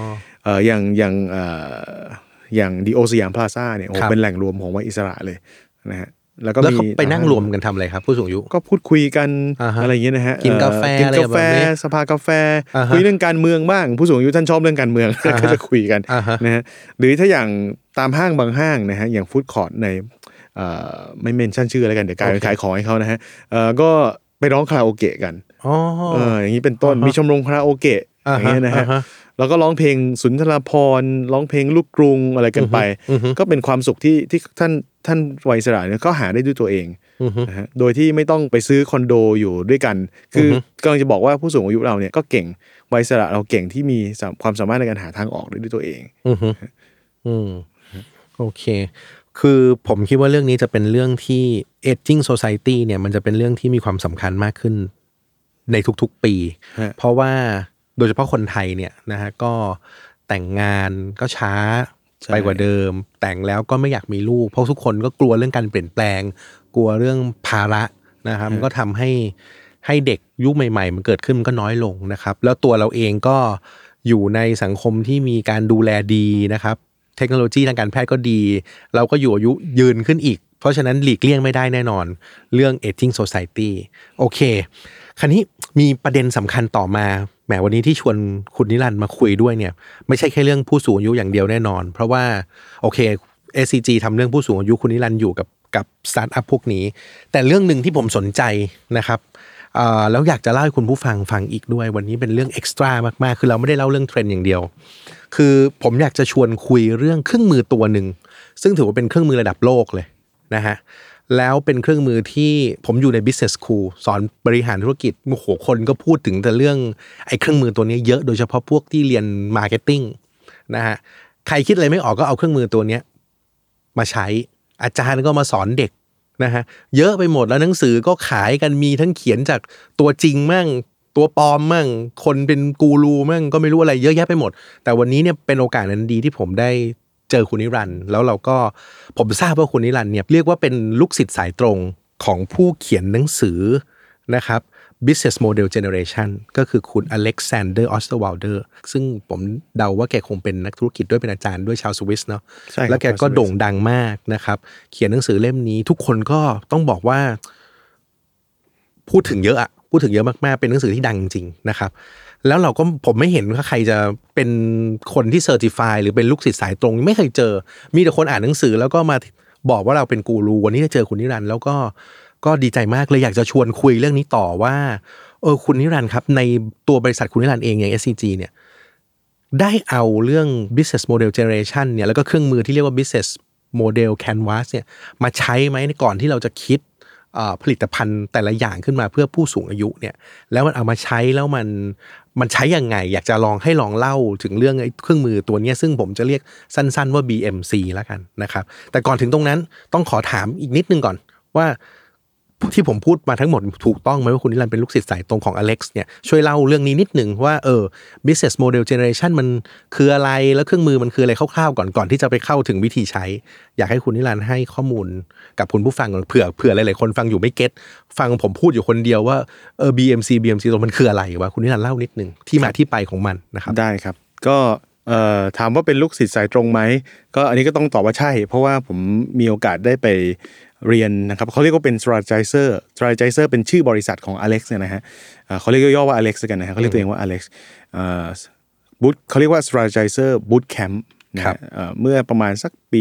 อย่างดีโอสยามพลาซ่าเนี่ยโอ้เป็นแหล่งรวมของวัยอิสระเลยนะฮะแล้วก็มีไปนั่งรวมกันทำอะไรครับผู้สูงอายุก็พูดคุยกันอะไรอย่างเงี้ยนะฮะกินกาแฟสภากาแฟคุยเรื่องการเมืองบ้างผู้สูงอายุท่านชอบเรื่องการเมืองก็จะคุยกันนะฮะหรือถ้าอย่างตามห้างบางห้างนะฮะอย่างฟู้ดคอร์ทในไม่เมนชั่นชื่ออะไรกันเดี๋ยวกลายเป็นขายของให้เขานะฮะก็ไปร้องคาราโอเกะกันอย่างนี้เป็นต้นมีชมรมคาราโอเกะอย่างเงี้ยนะฮะแล้วก็ร้องเพลงสุนทรภรณ์ร้องเพลงลูกกรุงอะไรกันไปก็เป็นความสุขที่ท่านวัยอิสระเนี่ยก็หาได้ด้วยตัวเองนะฮะโดยที่ไม่ต้องไปซื้อคอนโดอยู่ด้วยกันคือกำลังจะบอกว่าผู้สูงอายุเราเนี่ยก็เก่งวัยอิสระเราเก่งที่มีความสามารถในการหาทางออกได้ด้วยตัวเองโอเคคือผมคิดว่าเรื่องนี้จะเป็นเรื่องที่ aging society เนี่ยมันจะเป็นเรื่องที่มีความสำคัญมากขึ้นในทุกๆปีเพราะว่าโดยเฉพาะคนไทยเนี่ยนะฮะก็แต่งงานก็ช้าไปกว่าเดิมแต่งแล้วก็ไม่อยากมีลูกเพราะทุกคนก็กลัวเรื่องการเปลี่ยนแปลงกลัวเรื่องภาระนะครับมันก็ทำให้เด็กยุคใหม่ๆมันเกิดขึ้นมันก็น้อยลงนะครับแล้วตัวเราเองก็อยู่ในสังคมที่มีการดูแลดีนะครับเทคโนโลยีทางการแพทย์ก็ดีเราก็อยู่อายุยืนขึ้นอีกเพราะฉะนั้นหลีกเลี่ยงไม่ได้แน่นอนเรื่อง aging society โอเคคราวนี้มีประเด็นสำคัญต่อมาแหมวันนี้ที่ชวนคุณนิรันดร์มาคุยด้วยเนี่ยไม่ใช่แค่เรื่องผู้สูงอายุอย่างเดียวแน่นอนเพราะว่าโอเค SCG ทำเรื่องผู้สูงอายุคุณนิรันดร์อยู่กับสตาร์ทอัพพวกนี้แต่เรื่องนึงที่ผมสนใจนะครับแล้วอยากจะเล่าให้คุณผู้ฟังอีกด้วยวันนี้เป็นเรื่องเอ็กซ์ตร้ามากๆคือเราไม่ได้เล่าเรื่องเทรนด์อย่างเดียวคือผมอยากจะชวนคุยเรื่องเครื่องมือตัวนึงซึ่งถือว่าเป็นเครื่องมือระดับโลกเลยนะฮะแล้วเป็นเครื่องมือที่ผมอยู่ใน Business School สอนบริหารธุรกิจโอ้โหคนก็พูดถึงแต่เรื่องไอ้เครื่องมือตัวนี้เยอะโดยเฉพาะพวกที่เรียน Marketing นะฮะใครคิดอะไรไม่ออกก็เอาเครื่องมือตัวนี้มาใช้อาจารย์ก็มาสอนเด็กนะฮะเยอะไปหมดแล้วหนังสือก็ขายกันมีทั้งเขียนจากตัวจริงมั่งตัวปลอมมั่งคนเป็นกูรูมั่งก็ไม่รู้อะไรเยอะแยะไปหมดแต่วันนี้เนี่ยเป็นโอกาสนั้นดีที่ผมได้เจอคุณนิรันดร์แล้วเราก็ผมทราบว่าคุณนิรันดร์เนี่ยเรียกว่าเป็นลูกศิษย์สายตรงของผู้เขียนหนังสือนะครับ Business Model Generation ก็คือคุณอเล็กซานเดอร์ออสเตอร์วาลเดอร์ซึ่งผมเดาว่าแกคงเป็นนักธุรกิจด้วยเป็นอาจารย์ด้วยชาวสวิสเนาะแล้วแกก็โด่งดังมากนะครับเขียนหนังสือเล่มนี้ทุกคนก็ต้องบอกว่าพูดถึงเยอะมากๆเป็นหนังสือที่ดังจริงนะครับแล้วเราก็ผมไม่เห็นว่าใครจะเป็นคนที่เซอร์ติฟายหรือเป็นลูกศิษย์สายตรงไม่เคยเจอมีแต่คนอ่านหนังสือแล้วก็มาบอกว่าเราเป็นกูรูวันนี้ได้เจอคุณนิรันดร์แล้วก็ดีใจมากเลยอยากจะชวนคุยเรื่องนี้ต่อว่าคุณนิรันดร์ครับในตัวบริษัทคุณนิรันดร์เองอย่าง SCG เนี่ยได้เอาเรื่อง business model generation เนี่ยแล้วก็เครื่องมือที่เรียกว่า business model canvas เนี่ยมาใช้ไหมก่อนที่เราจะคิดผลิตภัณฑ์แต่ละอย่างขึ้นมาเพื่อผู้สูงอายุเนี่ยแล้วมันเอามาใช้แล้วมันใช้ยังไงอยากจะลองเล่าถึงเรื่องไอ้เครื่องมือตัวนี้ซึ่งผมจะเรียกสั้นๆว่า BMC แล้วกันนะครับแต่ก่อนถึงตรงนั้นต้องขอถามอีกนิดนึงก่อนว่าที่ผมพูดมาทั้งหมดถูกต้องไหมว่าคุณนิรันดร์เป็นลูกศิษย์สายตรงของอเล็กซ์เนี่ยช่วยเล่าเรื่องนี้นิดนึงว่าbusiness model generation มันคืออะไรแล้วเครื่องมือมันคืออะไรคร่าวๆก่อนที่จะไปเข้าถึงวิธีใช้อยากให้คุณนิรันดร์ให้ข้อมูลกับคุณผู้ฟังเผื่อหลายๆคนฟังอยู่ไม่เก็ตฟังผมพูดอยู่คนเดียวว่าBMC ตัวมันคืออะไรวะคุณนิรันดร์เล่านิดนึงที่มาที่ไปของมันนะครับได้ครับก็ถามว่าเป็นลูกศิษย์สายตรงไหมก็อันนี้ก็ต้องตอบว่าใช่เพราะว่าผมมีโอกาสได้ไปเรียนนะครับเขาเรียกว่าเป็น strategizer เป็นชื่อบริษัทของ Alex เนี่ยนะฮะเขาเรียกย่อว่า Alex กันนะฮะเขาเรียกตัวเองว่า Alex เขาเรียกว่า strategizer boot camp นะครับเมื่อประมาณสักปี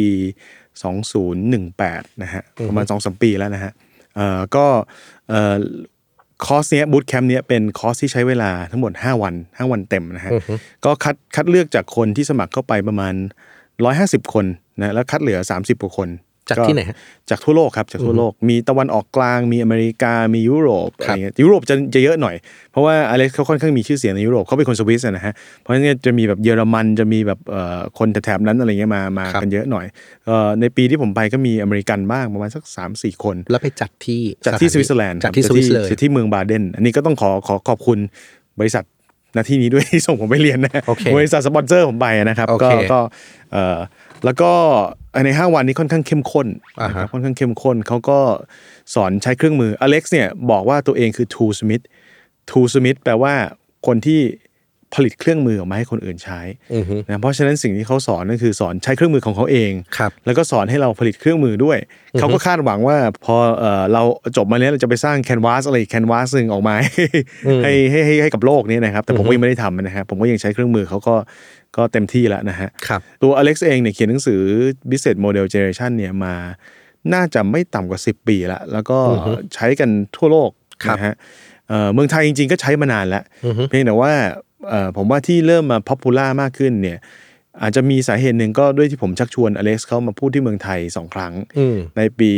2018นะฮะประมาณ 2-3 ปีแล้วนะฮะก็คอร์สเนี้ยบูตแคมป์เนี้ยเป็นคอร์สที่ใช้เวลาทั้งหมด5วันเต็มนะฮะก็คัดเลือกจากคนที่สมัครเข้าไปประมาณ150คนนะแล้วคัดเหลือ30กว่าคนจากที่ไหนจากทั่วโลกครับจากทั่วโลกมีตะวันออกกลางมีอเมริกามียุโรปอะไรเงี้ยยุโรปจะเยอะหน่อยเพราะว่าอเล็กซ์เขาค่อนข้างมีชื่อเสียงในยุโรปเขาเป็นคนสวิสนะฮะเพราะฉะนั้นจะมีแบบเยอรมันจะมีแบบคนแถบนั้นอะไรเงี้ยมากันเยอะหน่อยในปีที่ผมไปก็มีอเมริกันบ้างประมาณสัก 3-4 คนแล้วไปจัดที่สวิตเซอร์แลนด์ที่เมืองบาเดนอันนี้ก็ต้องขอบคุณบริษัทณที่นี้ด้วยที่ส่งผมไปเรียนนะบริษัทสปอนเซอร์ผมไปนะครับก็แล้วก็ใน5วันนี้ค่อนข้างเข้มข้นนะครับค่อนข้างเข้มข้นเขาก็สอนใช้เครื่องมืออเล็กซ์เนี่ยบอกว่าตัวเองคือ toolsmith แปลว่าคนที่ผลิตเครื่องมือออกมาให้คนอื่นใช้นะเพราะฉะนั้นสิ่งที่เขาสอนก็คือสอนใช้เครื่องมือของเขาเองแล้วก็สอนให้เราผลิตเครื่องมือด้วยเขาก็คาดหวังว่าพอเราจบมาแล้วเราจะไปสร้างแคนวาสอะไรแคนวาสนึงออกมาให้กับโลกนี้นะครับแต่ผมก็ยังไม่ได้ทำนะครับผมก็ยังใช้เครื่องมือเขาก็เต็มที่แล้วนะฮะตัวอเล็กซ์เองเนี่ยเขียนหนังสือ Business Model Generation เนี่ยมาน่าจะไม่ต่ำกว่า10 ปีแล้วก็ใช้กันทั่วโลกนะฮะเมืองไทยจริงๆก็ใช้มานานแล้วเพียงแต่ว่าผมว่าที่เริ่มมา popular มากขึ้นเนี่ยอาจจะมีสาเหตุหนึ่งก็ด้วยที่ผมชักชวนอเล็กซ์เขามาพูดที่เมืองไทย2ครั้งในปี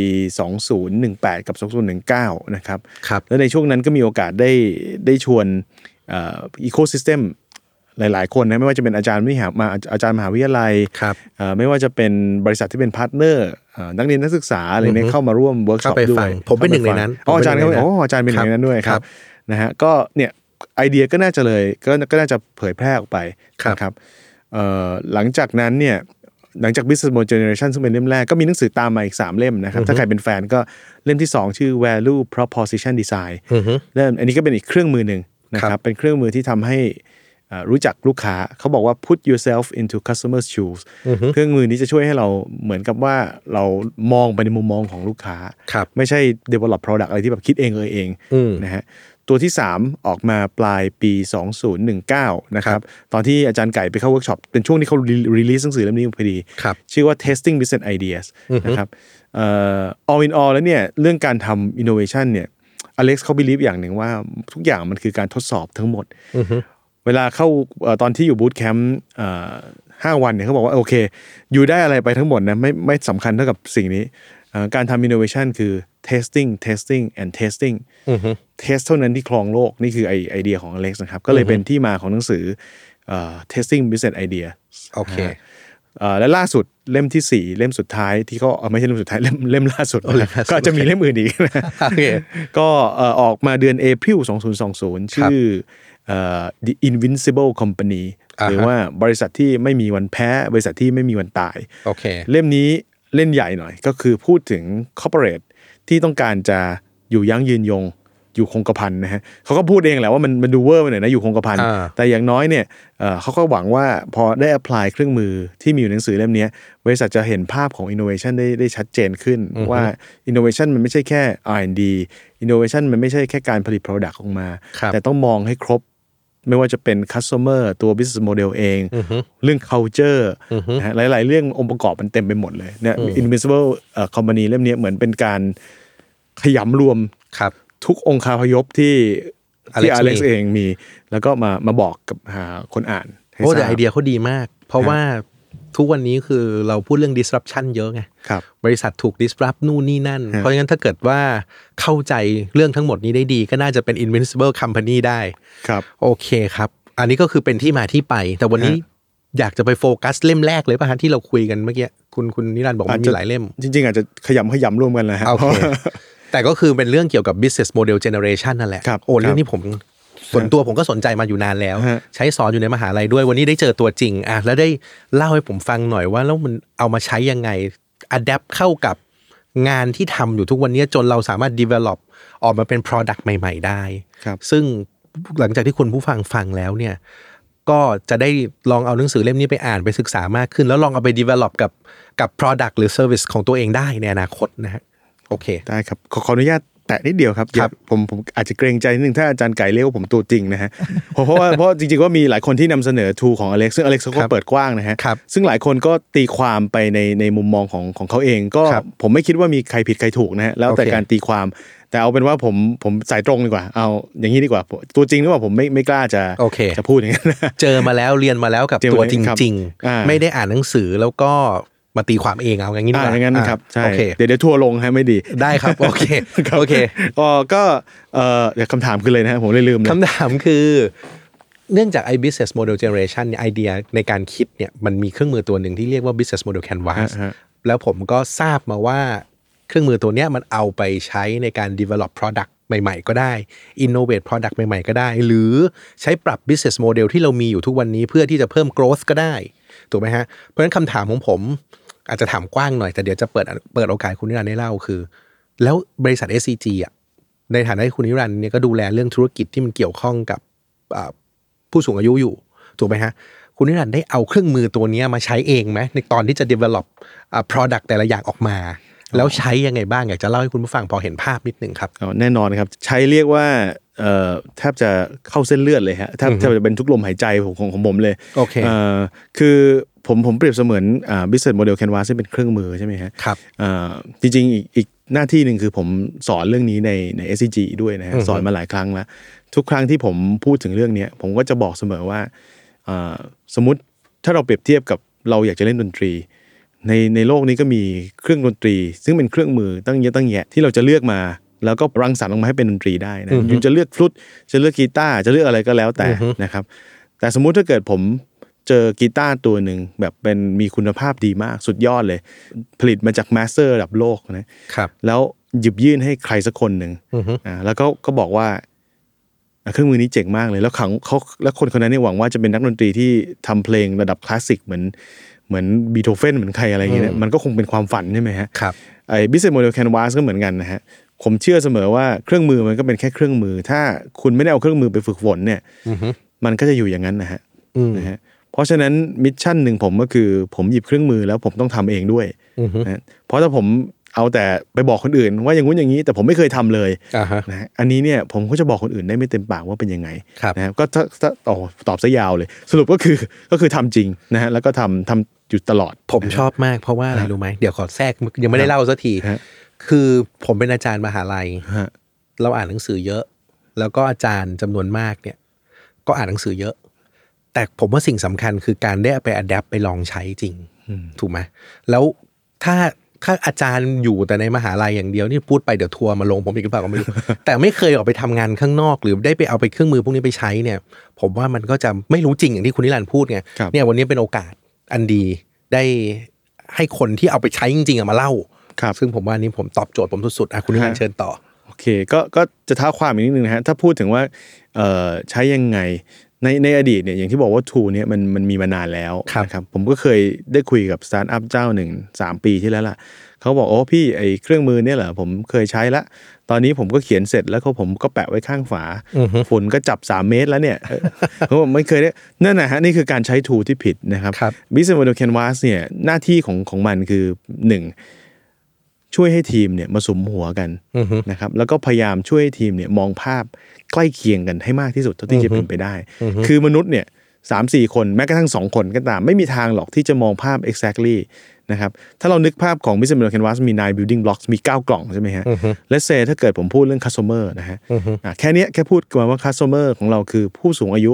2018กับ2019นะครับแล้วในช่วงนั้นก็มีโอกาสได้ชวนecosystem หลายๆคนนะไม่ว่าจะเป็นอาจารย์มหาวิทยาลัยไม่ว่าจะเป็นบริษัทที่เป็นพาร์ทเนอร์นักเรียนนักศึกษาอะไรเนี่ยเข้ามาร่วมเวิร์กช็อปด้วยผมเป็นหนึ่งในนั้นอาจารย์เป็นหนึ่งในนั้นด้วยครับนะฮะก็เนี่ยไอเดียก็น่าจะเผยแพร่ออกไปนะครับหลังจากนั้นเนี่ยหลังจาก Business Model Generation ซึ่งเป็นเล่มแรกก็มีหนังสือตามมาอีก3เล่มนะครับถ้าใครเป็นแฟนก็เล่มที่2ชื่อ Value Proposition Design เล่มอันนี้ก็เป็นอีกเครื่องมือนึงนะครับเป็นเครื่องมือที่ทำให้รู้จักลูกค้าเขาบอกว่า put yourself into customer's shoes เครื่องมือนี้จะช่วยให้เราเหมือนกับว่าเรามองไปในมุมมองของลูกค้าไม่ใช่ develop product อะไรที่แบบคิดเองนะฮะตัวที่3ออกมาปลายปี2019นะครับตอนที่อาจารย์ไก่ไปเข้าเวิร์กช็อปเป็นช่วงที่เขารีลีสหนังสือเล่มนี้พอดีชื่อว่า testing business ideas นะครับall in all แล้วเนี่ยเรื่องการทำ innovation เนี่ยอเล็กซ์เขาbelieveอย่างหนึ่งว่าทุกอย่างมันคือการทดสอบทั้งหมดเวลาเข้าตอนที่อยู่บูตแคมป์5 วันเนี่ยเขาบอกว่าโอเคอยู่ได้อะไรไปทั้งหมดนะไม่สำคัญเท่ากับสิ่งนี้การทำ innovation คือ testing and testing test เท่านั้นที่ครองโลกนี่คือไอเดียของอเล็กซ์นะครับก็เลยเป็นที่มาของหนังสือtesting business idea โอเคและล่าสุดเล่มที่4เล่มสุดท้ายที่เขาไม่ใช่เล่มสุดท้ายเล่มล่าสุดก็จะมีเล่มอื่นอีกก็ออกมาเดือน April 2020ชื่อThe Invincible Company หรือว่าบริษัทที่ไม่มีวันแพ้บริษัทที่ไม่มีวันตายเล่มนี้เล่นใหญ่หน่อยก็คือพูดถึง corporate ที่ต้องการจะอยู่ยั้งยืนยงอยู่คงกระพันนะฮะเขาก็พูดเองแหละว่ามันดูเวอร์ไปหน่อยนะอยู่คงกระพันแต่อย่างน้อยเนี่ยเขาก็หวังว่าพอได้ apply เครื่องมือที่มีอยู่ในหนังสือเล่มนี้บริษัทจะเห็นภาพของ innovation ได้ชัดเจนขึ้นว่า innovation มันไม่ใช่แค่ R&D innovation มันไม่ใช่แค่การผลิต product ออกมาแต่ต้องมองให้ครบไม่ว่าจะเป็น customer ตัว business model เองเรื่อง culture นะฮะหลายๆเรื่ององค์ประกอบมันเต็มไปหมดเลยเนี่ย Invincible Company เล่มนี้เหมือนเป็นการขยำรวมทุกองค์คาพยพที่อเล็กซ์เองมีแล้วก็มาบอกกับคนอ่านให้ทราบแต่ไอเดียเขาดีมากเพราะว่าทุกวันนี้คือเราพูดเรื่อง disruption เยอะไงบริษัทถูก disrupt นู่นนี่นั่นเพราะงั้นถ้าเกิดว่าเข้าใจเรื่องทั้งหมดนี้ได้ดีก็น่าจะเป็น Invincible Company ได้โอเคครับอันนี้ก็คือเป็นที่มาที่ไปแต่วันนี้อยากจะไปโฟกัสเล่มแรกเลยป่ะฮะที่เราคุยกันเมื่อกี้คุณนิรันดร์บอกมันมีหลายเล่มจริงๆอาจจะขยำร่วมกันนะฮะแต่ก็คือเป็นเรื่องเกี่ยวกับ business model generation นั่นแหละโอ้เรื่องนี้ผมส่วนตัวผมก็สนใจมาอยู่นานแล้วใช้สอนอยู่ในมหาลัยด้วยวันนี้ได้เจอตัวจริงแล้วได้เล่าให้ผมฟังหน่อยว่าแล้วมันเอามาใช้ยังไง adapt เข้ากับงานที่ทำอยู่ทุกวันนี้จนเราสามารถ develop ออกมาเป็น product ใหม่ๆได้ซึ่งหลังจากที่คุณผู้ฟังแล้วเนี่ยก็จะได้ลองเอาหนังสือเล่มนี้ไปอ่านไปศึกษามากขึ้นแล้วลองเอาไป develop กับ product หรือ service ของตัวเองได้ในอนาคตนะฮะโอเคได้ครับขออนุญาตแตะนิดเดียวครับผมอาจจะเกรงใจนิดนึงถ้าอาจารย์ไก่เรียกว่าผมตัวจริงนะฮะเพราะจริงๆก็มีหลายคนที่นำเสนอ tool ของอเล็กซ์ซึ่งอเล็กซ์ก็เปิดกว้างนะฮะซึ่งหลายคนก็ตีความไปในมุมมองของเขาเองก็ผมไม่คิดว่ามีใครผิดใครถูกนะฮะแล้วแต่การตีความแต่เอาเป็นว่าผมสายตรงดีกว่าเอาอย่างนี้ดีกว่าตัวจริงหรือเปล่าผมไม่กล้าจะพูดอย่างนั้นเจอมาแล้วเรียนมาแล้วกับตัวจริงๆไม่ได้อ่านหนังสือแล้วก็มาตีความเองเอาอย่างนี้ดีกว่าอย่างนั้นครับใช่เดี๋ยวทัวร์ลงฮะไม่ดีได้ครับโอเคก็เดี๋ยวคำถามคือเลยนะผมเลยลืมคำถามคือเนื่องจากbusiness model generation เนี่ยไอเดียในการคิดเนี่ยมันมีเครื่องมือตัวหนึ่งที่เรียกว่า business model canvas แล้วผมก็ทราบมาว่าเครื่องมือตัวเนี้ยมันเอาไปใช้ในการ develop product ใหม่ๆก็ได้ innovate product ใหม่ๆก็ได้หรือใช้ปรับ business model ที่เรามีอยู่ทุกวันนี้เพื่อที่จะเพิ่ม growth ก็ได้ถูกไหมฮะเพราะฉะนั้นคำถามของผมอาจจะถามกว้างหน่อยแต่เดี๋ยวจะเปิดโอกาสคุณนิรันดร์ได้เล่าคือแล้วบริษัท SCG อ่ะในฐานะที่คุณนิรันดร์เนี่ยก็ดูแลเรื่องธุรกิจที่มันเกี่ยวข้องกับผู้สูงอายุอยู่ถูกไหมฮะคุณนิรันดร์ได้เอาเครื่องมือตัวนี้มาใช้เองไหมในตอนที่จะ develop product แต่ละอย่างออกมาแล้วใช้ยังไงบ้างอยากจะเล่าให้คุณผู้ฟังพอเห็นภาพนิดนึงครับแน่นอนครับใช้เรียกว่าแทบจะเข้าเส้นเลือดเลยฮะแทบจะเป็นทุกลมหายใจของผมเลยโอเคคือผมเปรียบเสมือนbusiness model canvas ที่เป็นเครื่องมือใช่ไหมฮะครับจริงๆอีกหน้าที่หนึ่งคือผมสอนเรื่องนี้ใน SCG ด้วยนะฮะสอนมาหลายครั้งแล้วทุกครั้งที่ผมพูดถึงเรื่องนี้ผมก็จะบอกเสมอว่าสมมุติถ้าเราเปรียบเทียบกับเราอยากจะเล่นดนตรีในโลกนี้ก็มีเครื่องดนตรีซึ่งเป็นเครื่องมือตั้งเยอะตั้งแยะที่เราจะเลือกมาแล้วก็รังสรรค์ออกมาให้เป็นดนตรีได้นะคุณจะเลือกฟลุตจะเลือกกีตาร์จะเลือกอะไรก็แล้วแต่นะครับแต่สมมุติถ้าเกิดผมเจอกีตาร์ตัวหนึ่งแบบเป็นมีคุณภาพดีมากสุดยอดเลยผลิตมาจากมาสเตอร์ระดับโลกนะครับแล้วหยิบยื่นให้ใครสักคนหนึ่งแล้วก็บอกว่าเครื่องมือนี้เจ๋งมากเลยแล้วแล้วคนคนนั้นเนี่ยหวังว่าจะเป็นนักดนตรีที่ทำเพลงระดับคลาสสิกเหมือนบีโธเฟนเหมือนใครอะไรอย่างเงี้ยมันก็คงเป็นความฝันใช่ไหมฮะไอ้ business model canvas ก็เหมือนกันนะฮะผมเชื่อเสมอว่าเครื่องมือมันก็เป็นแค่เครื่องมือถ้าคุณไม่ได้เอาเครื่องมือไปฝึกฝนเนี่ยมันก็จะอยู่อย่างนั้นนะฮะเพราะฉะนั้นมิชชั่นหนึ่งผมก็คือผมหยิบเครื่องมือแล้วผมต้องทำเองด้วยนะเพราะถ้าผมเอาแต่ไปบอกคนอื่นว่าอย่างงู้นอย่างนี้แต่ผมไม่เคยทำเลยนะอันนี้เนี่ยผมก็จะบอกคนอื่นได้ไม่เต็มปากว่าเป็นยังไงนะครับก็ถ้าตอบซะยาวเลยสรุปก็คือทำจริงนะฮะแล้วก็ทำอยู่ตลอดผมชอบมากเพราะว่าอะไรรู้ไหมเดี๋ยวขอแทรกยังไม่ได้เล่าสักทีคือผมเป็นอาจารย์มหาลัยเราอ่านหนังสือเยอะแล้วก็อาจารย์จำนวนมากเนี่ยก็อ่านหนังสือเยอะแต่ผมว่าสิ่งสำคัญคือการได้ไปอะแดปไปลองใช้จริงถูกไหมแล้วถ้าอาจารย์อยู่แต่ในมหาลัยอย่างเดียวนี่พูดไปเดี๋ยวทัวร์มาลงผมอีกหรือเปล่าก็ไม่รู้ แต่ไม่เคยออกไปทำงานข้างนอกหรือได้ไปเอาไปเครื่องมือพวกนี้ไปใช้เนี่ยผมว่ามันก็จะไม่รู้จริงอย่างที่คุณนิรันดร์พูดไงเนี่ยวันนี้เป็นโอกาสอันดีได้ให้คนที่เอาไปใช้จริงๆมาเล่าซึ่งผมว่านี้ผมตอบโจทย์ผมสุดๆคุณนิรันดร์เชิญต่อโอเคก็จะท้าความอีกนิดนึงนะฮะถ้าพูดถึงว่าใช้ยังไงในอดีตเนี่ยอย่างที่บอกว่า tool เนี่ยมันมีมานานแล้วนะครับผมก็เคยได้คุยกับสตาร์ทอัพเจ้าหนึ่ง3 ปีที่แล้วล่ะเขาบอกโอ้พี่ไอเครื่องมือเนี่ยเหรอผมเคยใช้ละตอนนี้ผมก็เขียนเสร็จแล้วผมก็แปะไว้ข้างฝาฝุ่นก็จับ3 เมตรแล้วเนี่ยเขาบอกไม่เคยได้นั่นนะฮะนี่คือการใช้ tool ที่ผิดนะครับ Business Model Canvas เนี่ยหน้าที่ของมันคือ1ช่วยให้ทีมเนี่ยมาสุมหัวกันนะครับแล้วก็พยายามช่วยให้ทีมเนี่ยมองภาพใกล้เคียงกันให้มากที่สุดเท่าที่จะเป็นไปได้คือมนุษย์เนี่ย 3-4 คนแม้กระทั่ง2 คนก็ตามไม่มีทางหรอกที่จะมองภาพ exactly นะครับถ้าเรานึกภาพของ Business Model Canvas มี9 building blocks มี9 กล่องใช่ไหมฮะ Let's say ถ้าเกิดผมพูดเรื่อง customer นะฮะแค่พูดกันว่า customer ของเราคือผู้สูงอายุ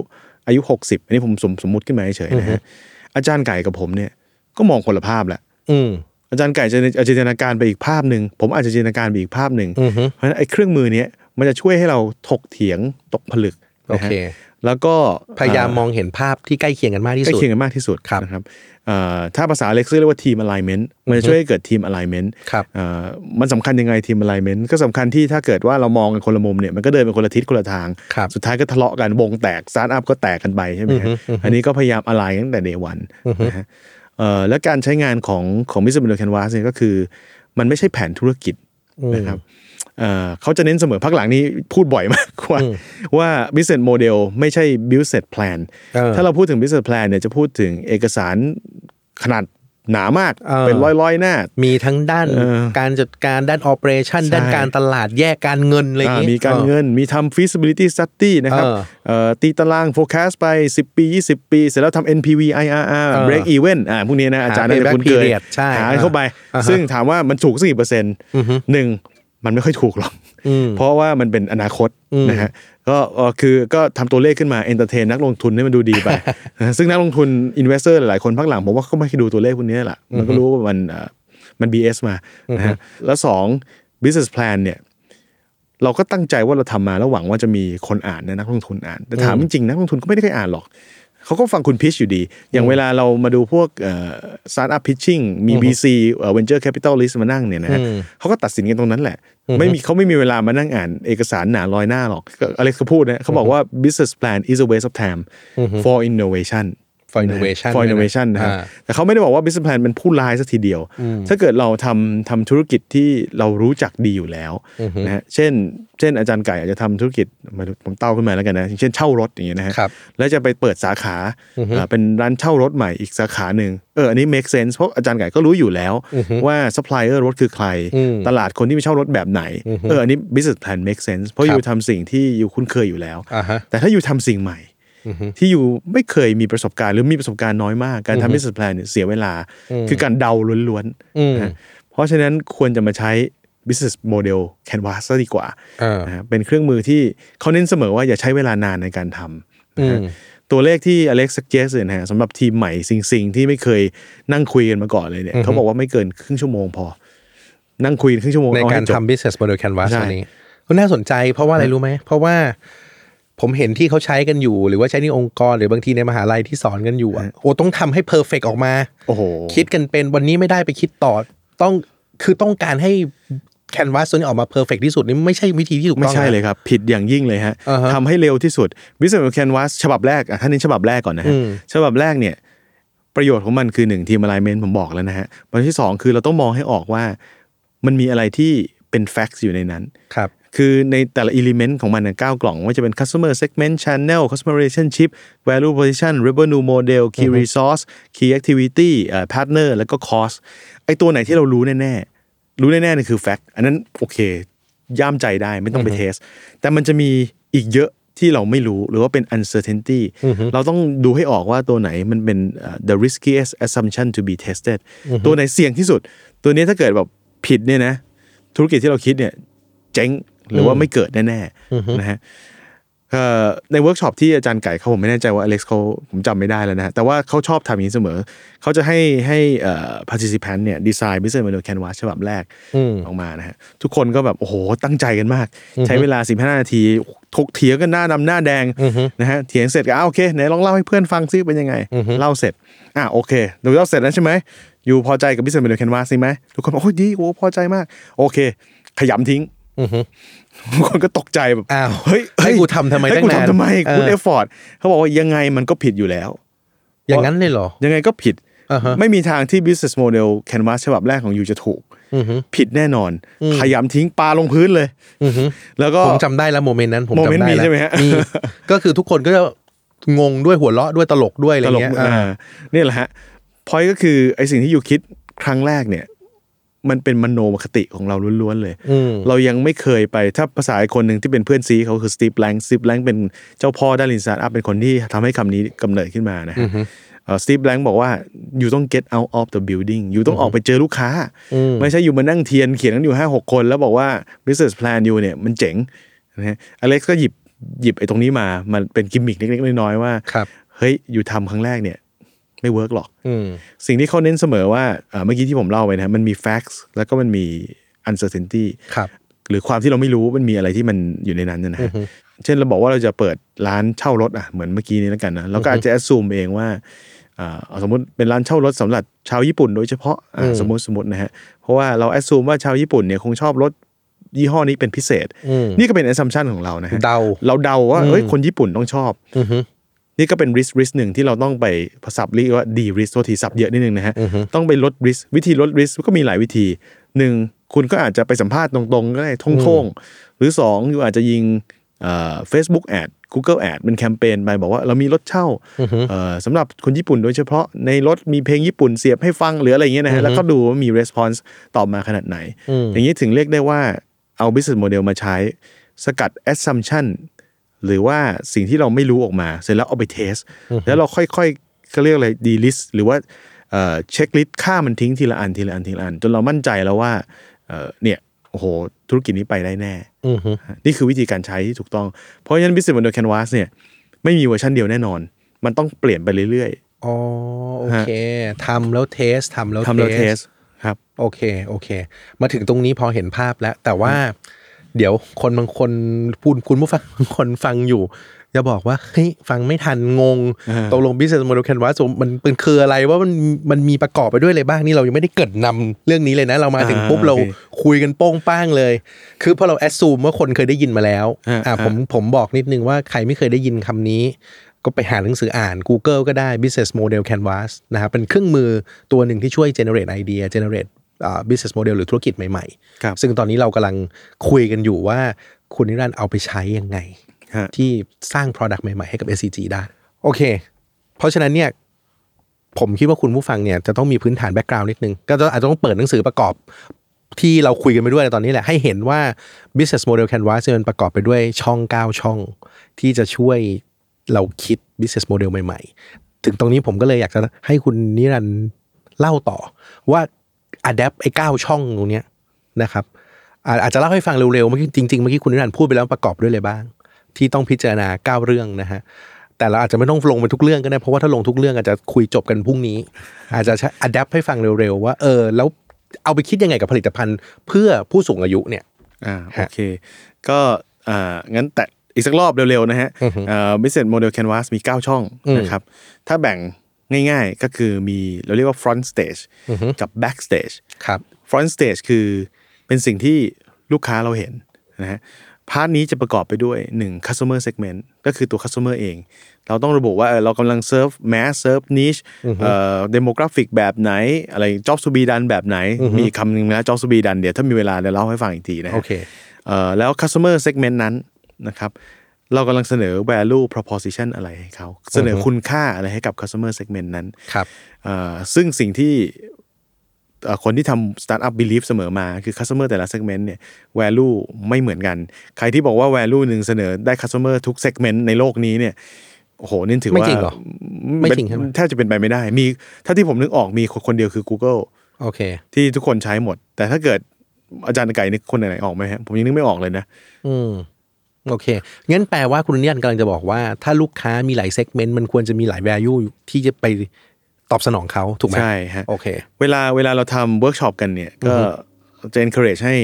60อันนี้ผมสมมุติขึ้นมาเฉยๆนะฮะอาจารย์ไก่กับผมเนี่ยก็มองคนละภาพแหละอาจารย์ไก่จะจินตนาการไปอีกภาพหนึ่งผมอาจจะจินตนาการไปอีกภาพหนึ่งเพราะฉะนั้นไอ้เครื่องมือนี้มันจะช่วยให้เราถกเถียงตกผลึกนะฮะแล้วก็พยายามมองเห็นภาพที่ใกล้เคียงกันมากที่สุดนะครับถ้าภาษาเล็กเรียกว่า team alignment มันจะช่วยให้เกิด team alignment มันสำคัญยังไง team alignment ก็สำคัญที่ถ้าเกิดว่าเรามองกันคนละมุมเนี่ยมันก็เดินเป็นคนละทิศคนละทางสุดท้ายก็ทะเลาะกันวงแตกสตาร์ทอัพก็แตกกันไปใช่ไหมครับอันนี้ก็พยายาม align ตั้งแต่ day 1นะฮะและการใช้งานของ Business Model Canvas เนี่ยก็คือมันไม่ใช่แผนธุรกิจนะครับเขาจะเน้นเสมอพักหลังนี้พูดบ่อยมากว่า business model ไม่ใช่ business plan ถ้าเราพูดถึง business plan เนี่ยจะพูดถึงเอกสารขนาดหนามากเป็นร้อยหน้ามีทั้งด้านการจัดการด้าน operation ด้านการตลาดแยกการเงินอะไรอย่างนี้มีการเงินมีทำ feasibility study นะครับตีตาราง forecast ไป10 ปี20 ปีเสร็จแล้วทำ NPV IRR break even พวกนี้นะอาจารย์น่าจะคุ้นเคยหาเข้าไปซึ่งถามว่ามันถูกสักกี่%มันไม่ค่อยถูกหรอกเพราะว่ามันเป็นอนาคตนะฮะก็ทำตัวเลขขึ้นมาเอนเตอร์เทนนักลงทุนให้มันดูดีไป ซึ่งนักลงทุนอินเวสเตอร์หลายคนพักหลังผมว่าก็ไม่เคยดูตัวเลขพวกนี้แหละมันก็รู้ว่ามัน BS มานะฮะแล้ว2 business plan เนี่ยเราก็ตั้งใจว่าเราทำมาแล้วหวังว่าจะมีคนอ่านนะนักลงทุนอ่านแต่ถามจริงๆนักลงทุนก็ไม่ได้เคยอ่านหรอกเขาก็ฟังคุณพิชอยู่ดีอย่างเวลาเรามาดูพวกstartup pitching มี VC venture capitalist มานั่งเนี่ยนะฮะเขาก็ตัดสินกันตรงนั้นแหละเขาไม่มีเวลามานั่งอ่านเอกสารหนา100 หน้าหรอกอเล็กซ์เขาพูดนะเขาบอกว่า business plan is a waste of time for innovation for innovation นะครับแต่เขาไม่ได้บอกว่า business plan เป็นผู้ร้ายสักทีเดียวถ้าเกิดเราทำธุรกิจที่เรารู้จักดีอยู่แล้วนะฮะเช่นอาจารย์ไก่อาจจะทำธุรกิจผมเต้าขึ้นมาแล้วกันนะเช่นเช่ารถอย่างเงี้ยนะฮะแล้วจะไปเปิดสาขาเป็นร้านเช่ารถใหม่อีกสาขาหนึ่งอันนี้ make sense เพราะอาจารย์ไก่ก็รู้อยู่แล้วว่า supplier รถคือใครตลาดคนที่ไปเช่ารถแบบไหนอันนี้ business plan make sense เพราะอยู่ทำสิ่งที่อยู่คุ้นเคยอยู่แล้วแต่ถ้าอยู่ทำสิ่งใหม่ที่อยู่ไม่เคยมีประสบการณ์หรือมีประสบการณ์น้อยมากการทำ business plan เนี่ยเสียเวลาคือการเดาล้วนๆเพราะฉะนั้นควรจะมาใช้ business model canvas ซะดีกว่านะฮะเป็นเครื่องมือที่เขาเน้นเสมอว่าอย่าใช้เวลานานในการทำนะฮะตัวเลขที่ Alex suggest เนี่ยนะฮะสำหรับทีมใหม่ซิงที่ไม่เคยนั่งคุยกันมาก่อนเลยเนี่ยเขาบอกว่าไม่เกินครึ่งชั่วโมงพอนั่งคุยครึ่งชั่วโมงในการทำ business model canvas อันนี้ก็น่าสนใจเพราะว่าอะไรรู้ไหมเพราะว่าผมเห็นที่เขาใช้กันอยู่หรือว่าใช้ในองค์กรหรือบางทีในมหาลัยที่สอนกันอยู่โอ้ต้องทำให้ perfect ออกมาโอ้โหคิดกันเป็นวันนี้ไม่ได้ไปคิดต่อต้องการให้ canvas ตัวนี้ออกมา perfect ที่สุดนี่ไม่ใช่วิธีที่ถูกต้องไม่ใช่เลยครับผิดอย่างยิ่งเลยฮะทำให้เร็วที่สุด business model canvas ฉบับแรกท่านนี้ฉบับแรกก่อนนะฮะฉบับแรกเนี่ยประโยชน์ของมันคือ1 team alignment ผมบอกแล้วนะฮะประเด็นที่2คือเราต้องมองให้ออกว่ามันมีอะไรที่เป็น facts อยู่ในนั้นครับคือในแต่ละ element ของมัน9 กล่องว่าจะเป็น customer segment channel customer relationship value proposition revenue model key resource key activity partner แล้วก็ cost ไอ้ตัวไหนที่เรารู้แน่นี่คือ fact อันนั้นโอเคย่ามใจได้ไม่ต้องไปเทสแต่มันจะมีอีกเยอะที่เราไม่รู้หรือว่าเป็น uncertainty เราต้องดูให้ออกว่าตัวไหนมันเป็นthe riskiest assumption to be tested ตัวไหนเสี่ยงที่สุดตัวนี้ถ้าเกิดแบบผิดเนี่ยนะธุรกิจที่เราคิดเนี่ยเจ๊งหรือว่าไม่เกิดแน่ๆนะฮะในเวิร์กช็อปที่อาจารย์ไก่เขาผมไม่แน่ใจว่าอเล็กซ์เขาผมจำไม่ได้แล้วนะแต่ว่าเขาชอบทำอย่างนี้เสมอเขาจะให้participant เนี่ยดีไซน์ business model canvas ฉบับแรกออกมานะฮะทุกคนก็แบบโอ้โหตั้งใจกันมากใช้เวลา15 นาทีถกเถียงกันหน้าดำหน้าแดงนะฮะเถียงเสร็จก็โอเคไหนลองเล่าให้เพื่อนฟังซิเป็นยังไงเล่าเสร็จโอเคดูเล่าเสร็จแล้วใช่ไหมอยู่พอใจกับ business model canvas ไหมทุกคนบอกโอ้ยดีโอ้พอใจมากโอเคขยำทิ้งคนก็ตกใจแบบเฮ้ยให้กูทำทำไมตั้งนานคุณเอฟฟอร์ดเขาบอกว่ายังไงมันก็ผิดอยู่แล้วอย่างนั้นเลยเหรอยังไงก็ผิดไม่มีทางที่ business model canvas ฉบับแรกของยูจะถูกผิดแน่นอนขยำทิ้งปาลงพื้นเลยแล้วก็ผมจำได้แล้วโมเมนต์นั้นผมจำได้แล้วใช่ไหมฮะก็คือทุกคนก็จะงงด้วยหัวเราะด้วยตลกด้วยอะไรเงี้ยนี่แหละฮะพอยก็คือไอสิ่งที่ยูคิดครั้งแรกเนี่ยมันเป็นมโนคติของเราล้วนๆเลยเรายังไม่เคยไปถ้าภาษาอีกคนหนึ่งที่เป็นเพื่อนซีเขาคือสตีฟแลงเป็นเจ้าพ่อด้าน Lean Startup เป็นคนที่ทำให้คำนี้กำเนิดขึ้นมานะฮะสตีฟแลงบอกว่าอยู่ต้อง get out of the building อยู่ต้องออกไปเจอลูกค้าไม่ใช่อยู่มานั่งเทียนเขียนกันอยู่ 5-6 คนแล้วบอกว่า business plan อยู่เนี่ยมันเจ๋งนะฮะอเล็กซ์ก็หยิบไอ้ตรงนี้มามันเป็นกิมมิคเล็กๆน้อยๆว่าเฮ้ยอยู่ทำครั้งแรกเนี่ยไม่เวิร์กหรอกสิ่งที่เขาเน้นเสมอว่าเมื่อกี้ที่ผมเล่าไปนะมันมี facts แล้วก็มันมี uncertainty หรือความที่เราไม่รู้มันมีอะไรที่มันอยู่ในนั้นนะฮะเช่นเราบอกว่าเราจะเปิดร้านเช่ารถเหมือนเมื่อกี้นี้แล้วกันนะเราก็อาจจะ assume เองว่าสมมติเป็นร้านเช่ารถสำหรับชาวญี่ปุ่นโดยเฉพาะสมมตินะฮะเพราะว่าเรา assume ว่าชาวญี่ปุ่นเนี่ยคงชอบรถยี่ห้อนี้เป็นพิเศษนี่ก็เป็น assumption ของเรานะฮะเราเดาว่าคนญี่ปุ่นต้องชอบนี่ก็เป็น risk หนึ่งที่เราต้องไปศัพท์เรียกว่า de-risk โทษทีศัพท์เยอะนิดนึงนะฮะต้องไปลด risk วิธีลด risk ก็มีหลายวิธี1คุณก็อาจจะไปสัมภาษณ์ตรงๆก็ได้ท่งๆหรือ2อยู่อาจจะยิงFacebook ad Google ad เป็นแคมเปญไปบอกว่าเรามีรถเช่าสำหรับคนญี่ปุ่นโดยเฉพาะในรถมีเพลงญี่ปุ่นเสียบให้ฟังหรืออะไรอย่างเงี้ยนะฮะแล้วก็ดูว่ามี response ตอบมาขนาดไหนอย่างนี้ถึงเรียกได้ว่าเอา business model มาใช้สกัด assumptionหรือว่าสิ่งที่เราไม่รู้ออกมาเสร็จแล้วเอาไปเทสแล้วเราค่อยๆเขาเรียกอะไรดีลิสต์หรือว่าเช็คลิสต์ค่ามันทิ้งทีละอันจนเรามั่นใจแล้วว่าเนี่ยโอ้โหธุรกิจนี้ไปได้แน่นี่คือวิธีการใช้ที่ถูกต้องเพราะฉะนั้น Business Model Canvas เนี่ยไม่มีเวอร์ชันเดียวแน่นอนมันต้องเปลี่ยนไปเรื่อยๆอ๋อโอเคทำแล้วเทสครับโอเคมาถึงตรงนี้พอเห็นภาพแล้วแต่ว่าเดี๋ยวคนบางคนคุณผู้ฟังบางคนฟังอยู่จะบอกว่าเฮ้ยฟังไม่ทันงงตกลง Business Model Canvas มันคืออะไรว่ามันมีประกอบไปด้วยอะไรบ้างนี่เรายังไม่ได้เกริ่นนำเรื่องนี้เลยนะเรามาถึงปุ๊บเราคุยกันโป้งป้างเลยคือพอเราแอสซูมว่าคนเคยได้ยินมาแล้วผมบอกนิดนึงว่าใครไม่เคยได้ยินคำนี้ก็ไปหาหนังสืออ่าน Google ก็ได้ Business Model Canvas นะครับเป็นเครื่องมือตัวหนึ่งที่ช่วย generate idea generate business model หรือธุรกิจใหม่ๆซึ่งตอนนี้เรากำลังคุยกันอยู่ว่าคุณนิรันดร์เอาไปใช้ยังไงที่สร้าง product ใหม่ๆให้กับ SCG ได้โอเคเพราะฉะนั้นเนี่ยผมคิดว่าคุณผู้ฟังเนี่ยจะต้องมีพื้นฐาน background นิดนึงก็อาจจะต้องเปิดหนังสือประกอบที่เราคุยกันไปด้วยในตอนนี้แหละให้เห็นว่า business model canvas มันประกอบไปด้วยช่อง9ช่องที่จะช่วยเราคิด business model ใหม่ๆถึงตรงนี้ผมก็เลยอยากจะให้คุณนิรันดร์เล่าต่อว่าadapt ไอ้9ช่องตรงเนี้ยนะครับอาจจะเล่าให้ฟังเร็วๆเมื่อกี้จริงๆเมื่อกี้คุณนิรันดร์พูดไปแล้วประกอบด้วยอะไรบ้างที่ต้องพิจารณา9เรื่องนะฮะแต่เราอาจจะไม่ต้องลงไปทุกเรื่องก็ได้เพราะว่าถ้าลงทุกเรื่องอาจจะคุยจบกันพรุ่งนี้อาจจะอัดแอปให้ฟังเร็วๆว่าแล้วเอาไปคิดยังไงกับผลิตภัณฑ์เพื่อผู้สูงอายุเนี่ยโอเคก็งั้นแต่อีกสักรอบเร็วๆนะฮะBusiness Model Canvas มี9ช่องนะครับถ้าแบ่งง่ายๆก็คือมีเราเรียกว่า Front Stage กับ Back Stage ครับ Front Stage คือเป็นสิ่งที่ลูกค้าเราเห็นนะฮะพาร์ทนี้จะประกอบไปด้วย1 customer segment ก็คือตัว customer เองเราต้องระบุว่าเรากำลัง serve mass serve niche demographic แบบไหนอะไร job to be done แบบไหนมีคำหนึ่งนะ job to be done เดี๋ยวถ้ามีเวลาเดี๋ยวเล่าให้ฟังอีกทีนะฮะแล้ว customer segment นั้นนะครับเรากำลังเสนอ value proposition อะไรให้เขาเสนอคุณค่าอะไรให้กับ customer segment นั้นซึ่งสิ่งที่คนที่ทำ startup belief เสมอมาคือ customer แต่ละ segment เนี่ย value ไม่เหมือนกันใครที่บอกว่า value นึงเสนอได้ customer ทุก segment ในโลกนี้เนี่ยโอ้โหนี่ถือว่าไม่จริงหรอไม่จริงใช่ไหมแทบจะเป็นไปไม่ได้มีถ้าที่ผมนึกออกมีคนเดียวคือ Google โอเคที่ทุกคนใช้หมดแต่ถ้าเกิดอาจารย์ไก่นึกคนไหนออกไหมฮะผมยังนึกไม่ออกเลยนะโอเคงั้นแปลว่าคุณนิรันดร์กำลังจะบอกว่าถ้าลูกค้ามีหลาย segment มันควรจะมีหลาย value ที่จะไปตอบสนองเขาถูกไหมใช่ฮะโอเคเวลาเราทำเวิร์กช็อปกันเนี่ยก็จะ encourage ให้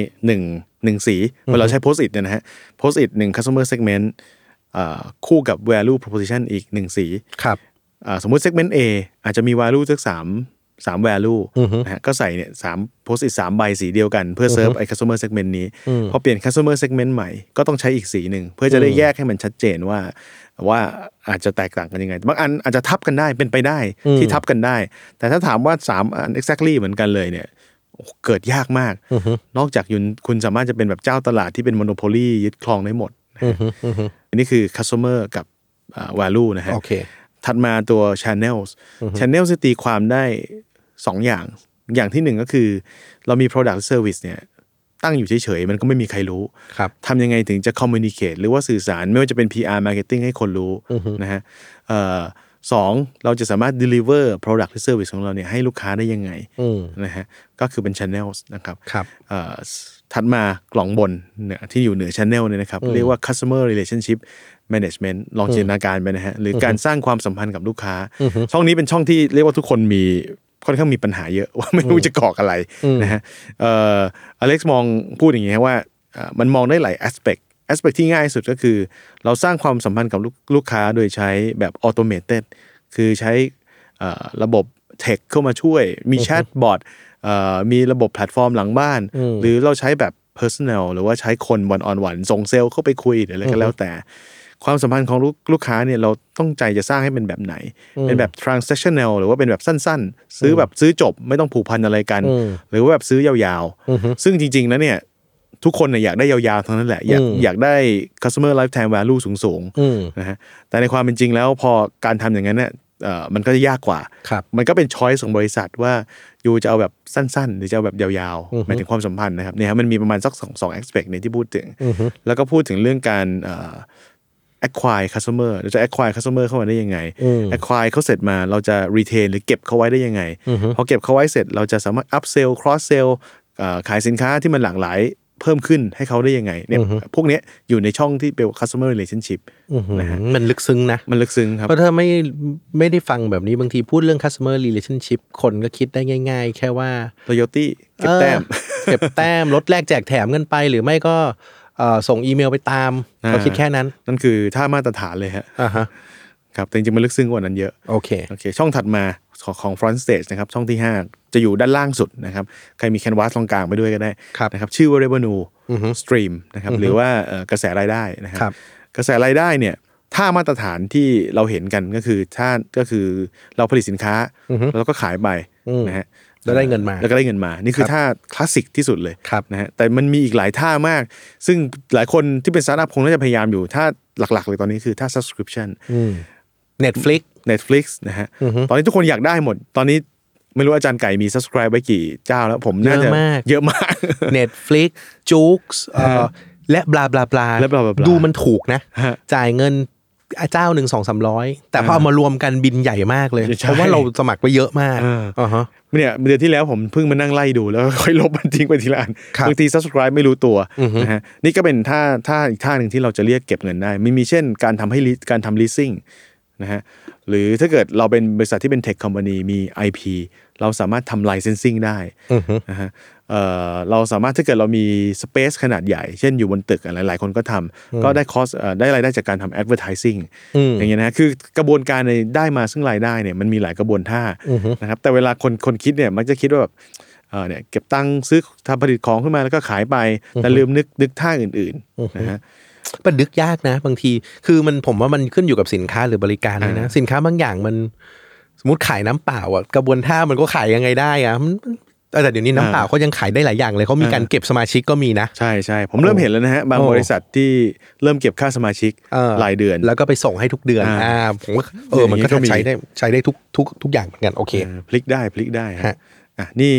1สีเวลาใช้ post it เนี่ยนะฮะ post it 1 customer segment คู่กับ value proposition อีก1สีครับสมมุติ segment A อาจจะมี value สัก3 value นะฮะก็ใส่เนี่ย3 post it 3 ใบสีเดียวกันเพื่อ serve ไอ้ customer segment นี้พอเปลี่ยน customer segment ใหม่ก็ต้องใช้อีกสีหนึ่งเพื่อจะได้แยกให้มันชัดเจนว่าอาจจะแตกต่างกันยังไงบางอันอาจจะทับกันได้เป็นไปได้ที่ทับกันได้แต่ถ้าถามว่า3อัน exactly เหมือนกันเลยเนี่ยเกิดยากมากนอกจากคุณสามารถจะเป็นแบบเจ้าตลาดที่เป็น monopoly ยึดครองได้หมดอันนี้คือ customer กับvalue นะฮะถัดมาตัว channels จะตีความได้2อย่างที่1ก็คือเรามี product service เนี่ยตั้งอยู่เฉยๆมันก็ไม่มีใครรู้ทำยังไงถึงจะ communicate หรือว่าสื่อสารไม่ว่าจะเป็น PR marketing ให้คนรู้นะฮะ2เราจะสามารถ deliver product หรือ service ของเราเนี่ยให้ลูกค้าได้ยังไงนะฮะก็คือเป็น channels นะครับถัดมากล่องบนเนี่ยที่อยู่เหนือ channel เนี่ยนะครับเรียกว่า customer relationship management ลองจินตนาการไปนะฮะหรือการสร้างความสัมพันธ์กับลูกค้าช่องนี้เป็นช่องที่เรียกว่าทุกคนค่อนข้างมีปัญหาเยอะว่าไม่รู้จะกรอกอะไรนะฮะอเล็กซ์มองพูดอย่างนี้ว่ามันมองได้หลาย aspect ที่ง่ายสุดก็คือเราสร้างความสัมพันธ์กับลูกค้าโดยใช้แบบ automated คือใช้ระบบ tech เข้ามาช่วยมีแชทบอทมีระบบแพลตฟอร์มหลังบ้านหรือเราใช้แบบ personal หรือว่าใช้คน one on one ส่งเซลล์เข้าไปคุยหรืออะไรก็แล้วแต่ความสัมพันธ์ของลูกค้าเนี่ยเราต้องใจจะสร้างให้เป็นแบบไหนเป็นแบบ transactional หรือว่าเป็นแบบสั้นๆซื้อจบไม่ต้องผูกพันอะไรกันหรือว่าแบบซื้อยาวๆซึ่งจริงๆแล้วเนี่ยทุกคนเนี่ยอยากได้ยาวๆทั้งนั้นแหละอยากได้ customer lifetime value สูงๆนะฮะแต่ในความเป็นจริงแล้วพอการทำอย่างนั้นเนี่ยมันก็จะยากกว่ามันก็เป็น choice ของบริษัทว่ายูจะเอาแบบสั้นๆหรือจะเอาแบบยาวๆหมายถึงความสัมพันธ์นะครับเนี่ยมันมีประมาณสัก2 aspect ในที่พูดถึงแล้วก็พูดถึงเรื่องการacquire customer เราจะ acquire customer เข้ามาได้ยังไง acquire เขาเสร็จมาเราจะ retain หรือเก็บเขาไว้ได้ยังไงพอเก็บเขาไว้เสร็จเราจะสามารถ upsell cross sell ขายสินค้าที่มันหลากหลายเพิ่มขึ้นให้เขาได้ยังไงเนี่ยพวกนี้อยู่ในช่องที่เป็น customer relationship นะฮะมันลึกซึ้งนะมันลึกซึ้งครับเพราะถ้าไม่ได้ฟังแบบนี้บางทีพูดเรื่อง customer relationship คนก็คิดได้ง่ายๆแค่ว่า loyalty เก็บแต้มลดแลกแจกแถมกันไปหรือไม่ก็ส่งอีเมลไปตามเขาคิดแค่นั้นนั่นคือถ้ามาตรฐานเลยฮะครับแต่จริงๆมันลึกซึ้งกว่านั้นเยอะโอเคช่องถัดมาของ front stage นะครับช่องที่5จะอยู่ด้านล่างสุดนะครับใครมี canvas ตรงกลางไปด้วยก็ได้นะครับชื่อว่า revenue stream นะครับหรือว่ากระแสรายได้นะครับกระแสรายได้เนี่ยถ้ามาตรฐานที่เราเห็นกันก็คือเราผลิตสินค้าแล้วก็ขายไปนะฮะแล้วได้เงินมานี่คือท่าคลาสสิกที่สุดเลยนะฮะแต่มันมีอีกหลายท่ามากซึ่งหลายคนที่เป็นสตาร์ทอัพคงน่าจะพยายามอยู่ท่าหลักๆเลยตอนนี้คือท่า subscription Netflix นะฮะตอนนี้ทุกคนอยากได้หมดตอนนี้ไม่รู้อาจารย์ไก่มี subscribe ไว้กี่เจ้าแล้วผมน่าจะเยอะมาก Netflix Joox และบลาดูมันถูกนะจ่ายเงินเจ้าหนึ่ง200-300แต่พอเอามารวมกันบินใหญ่มากเลยเพราะว่าเราสมัครไปเยอะมากเนี่ยเดือนที่แล้วผมเพิ่งมานั่งไล่ดูแล้วค่อยลบมันทิ้งไปทีละอันบางที subscribe ไม่รู้ตัวนะฮะนี่ก็เป็นท่าอีกท่านึงที่เราจะเรียกเก็บเงินได้มีเช่นการทำ leasing นะฮะหรือถ้าเกิดเราเป็นบริษัทที่เป็น tech company มี IP เราสามารถทำ licensing ได้นะฮะเราสามารถถ้าเกิดเรามี space ขนาดใหญ่เช่นอยู่บนตึกหลายๆคนก็ทำก็ได้ cost ได้รายได้จากการทำ advertising อย่างเงี้ยนะคือกระบวนการในได้มาซึ่งรายได้เนี่ยมันมีหลายกระบวนท่านะครับแต่เวลาคนคิดเนี่ยมักจะคิดว่าแบบเนี่ยเก็บตังค์ซื้อทำผลิตของขึ้นมาแล้วก็ขายไปแต่ลืมนึกท่าอื่นๆนะฮะมันนึกยากนะบางทีคือผมว่ามันขึ้นอยู่กับสินค้าหรือบริการเลยนะสินค้าบางอย่างมันสมมติขายน้ำเปล่าอ่ะกระบวนท่ามันก็ขายยังไงได้อ่ะแต่เดี๋ยวนี้น้ำเปล่าเขายังขายได้หลายอย่างเลยเขามีการเก็บสมาชิกก็มีนะใช่ๆผมเริ่มเห็นแล้วนะฮะบางบริษัทที่เริ่มเก็บค่าสมาชิกรายเดือนแล้วก็ไปส่งให้ทุกเดือนผมว่ามันก็ใช้ได้ทุกอย่างเหมือนกันโอเคพลิกได้ฮะนี่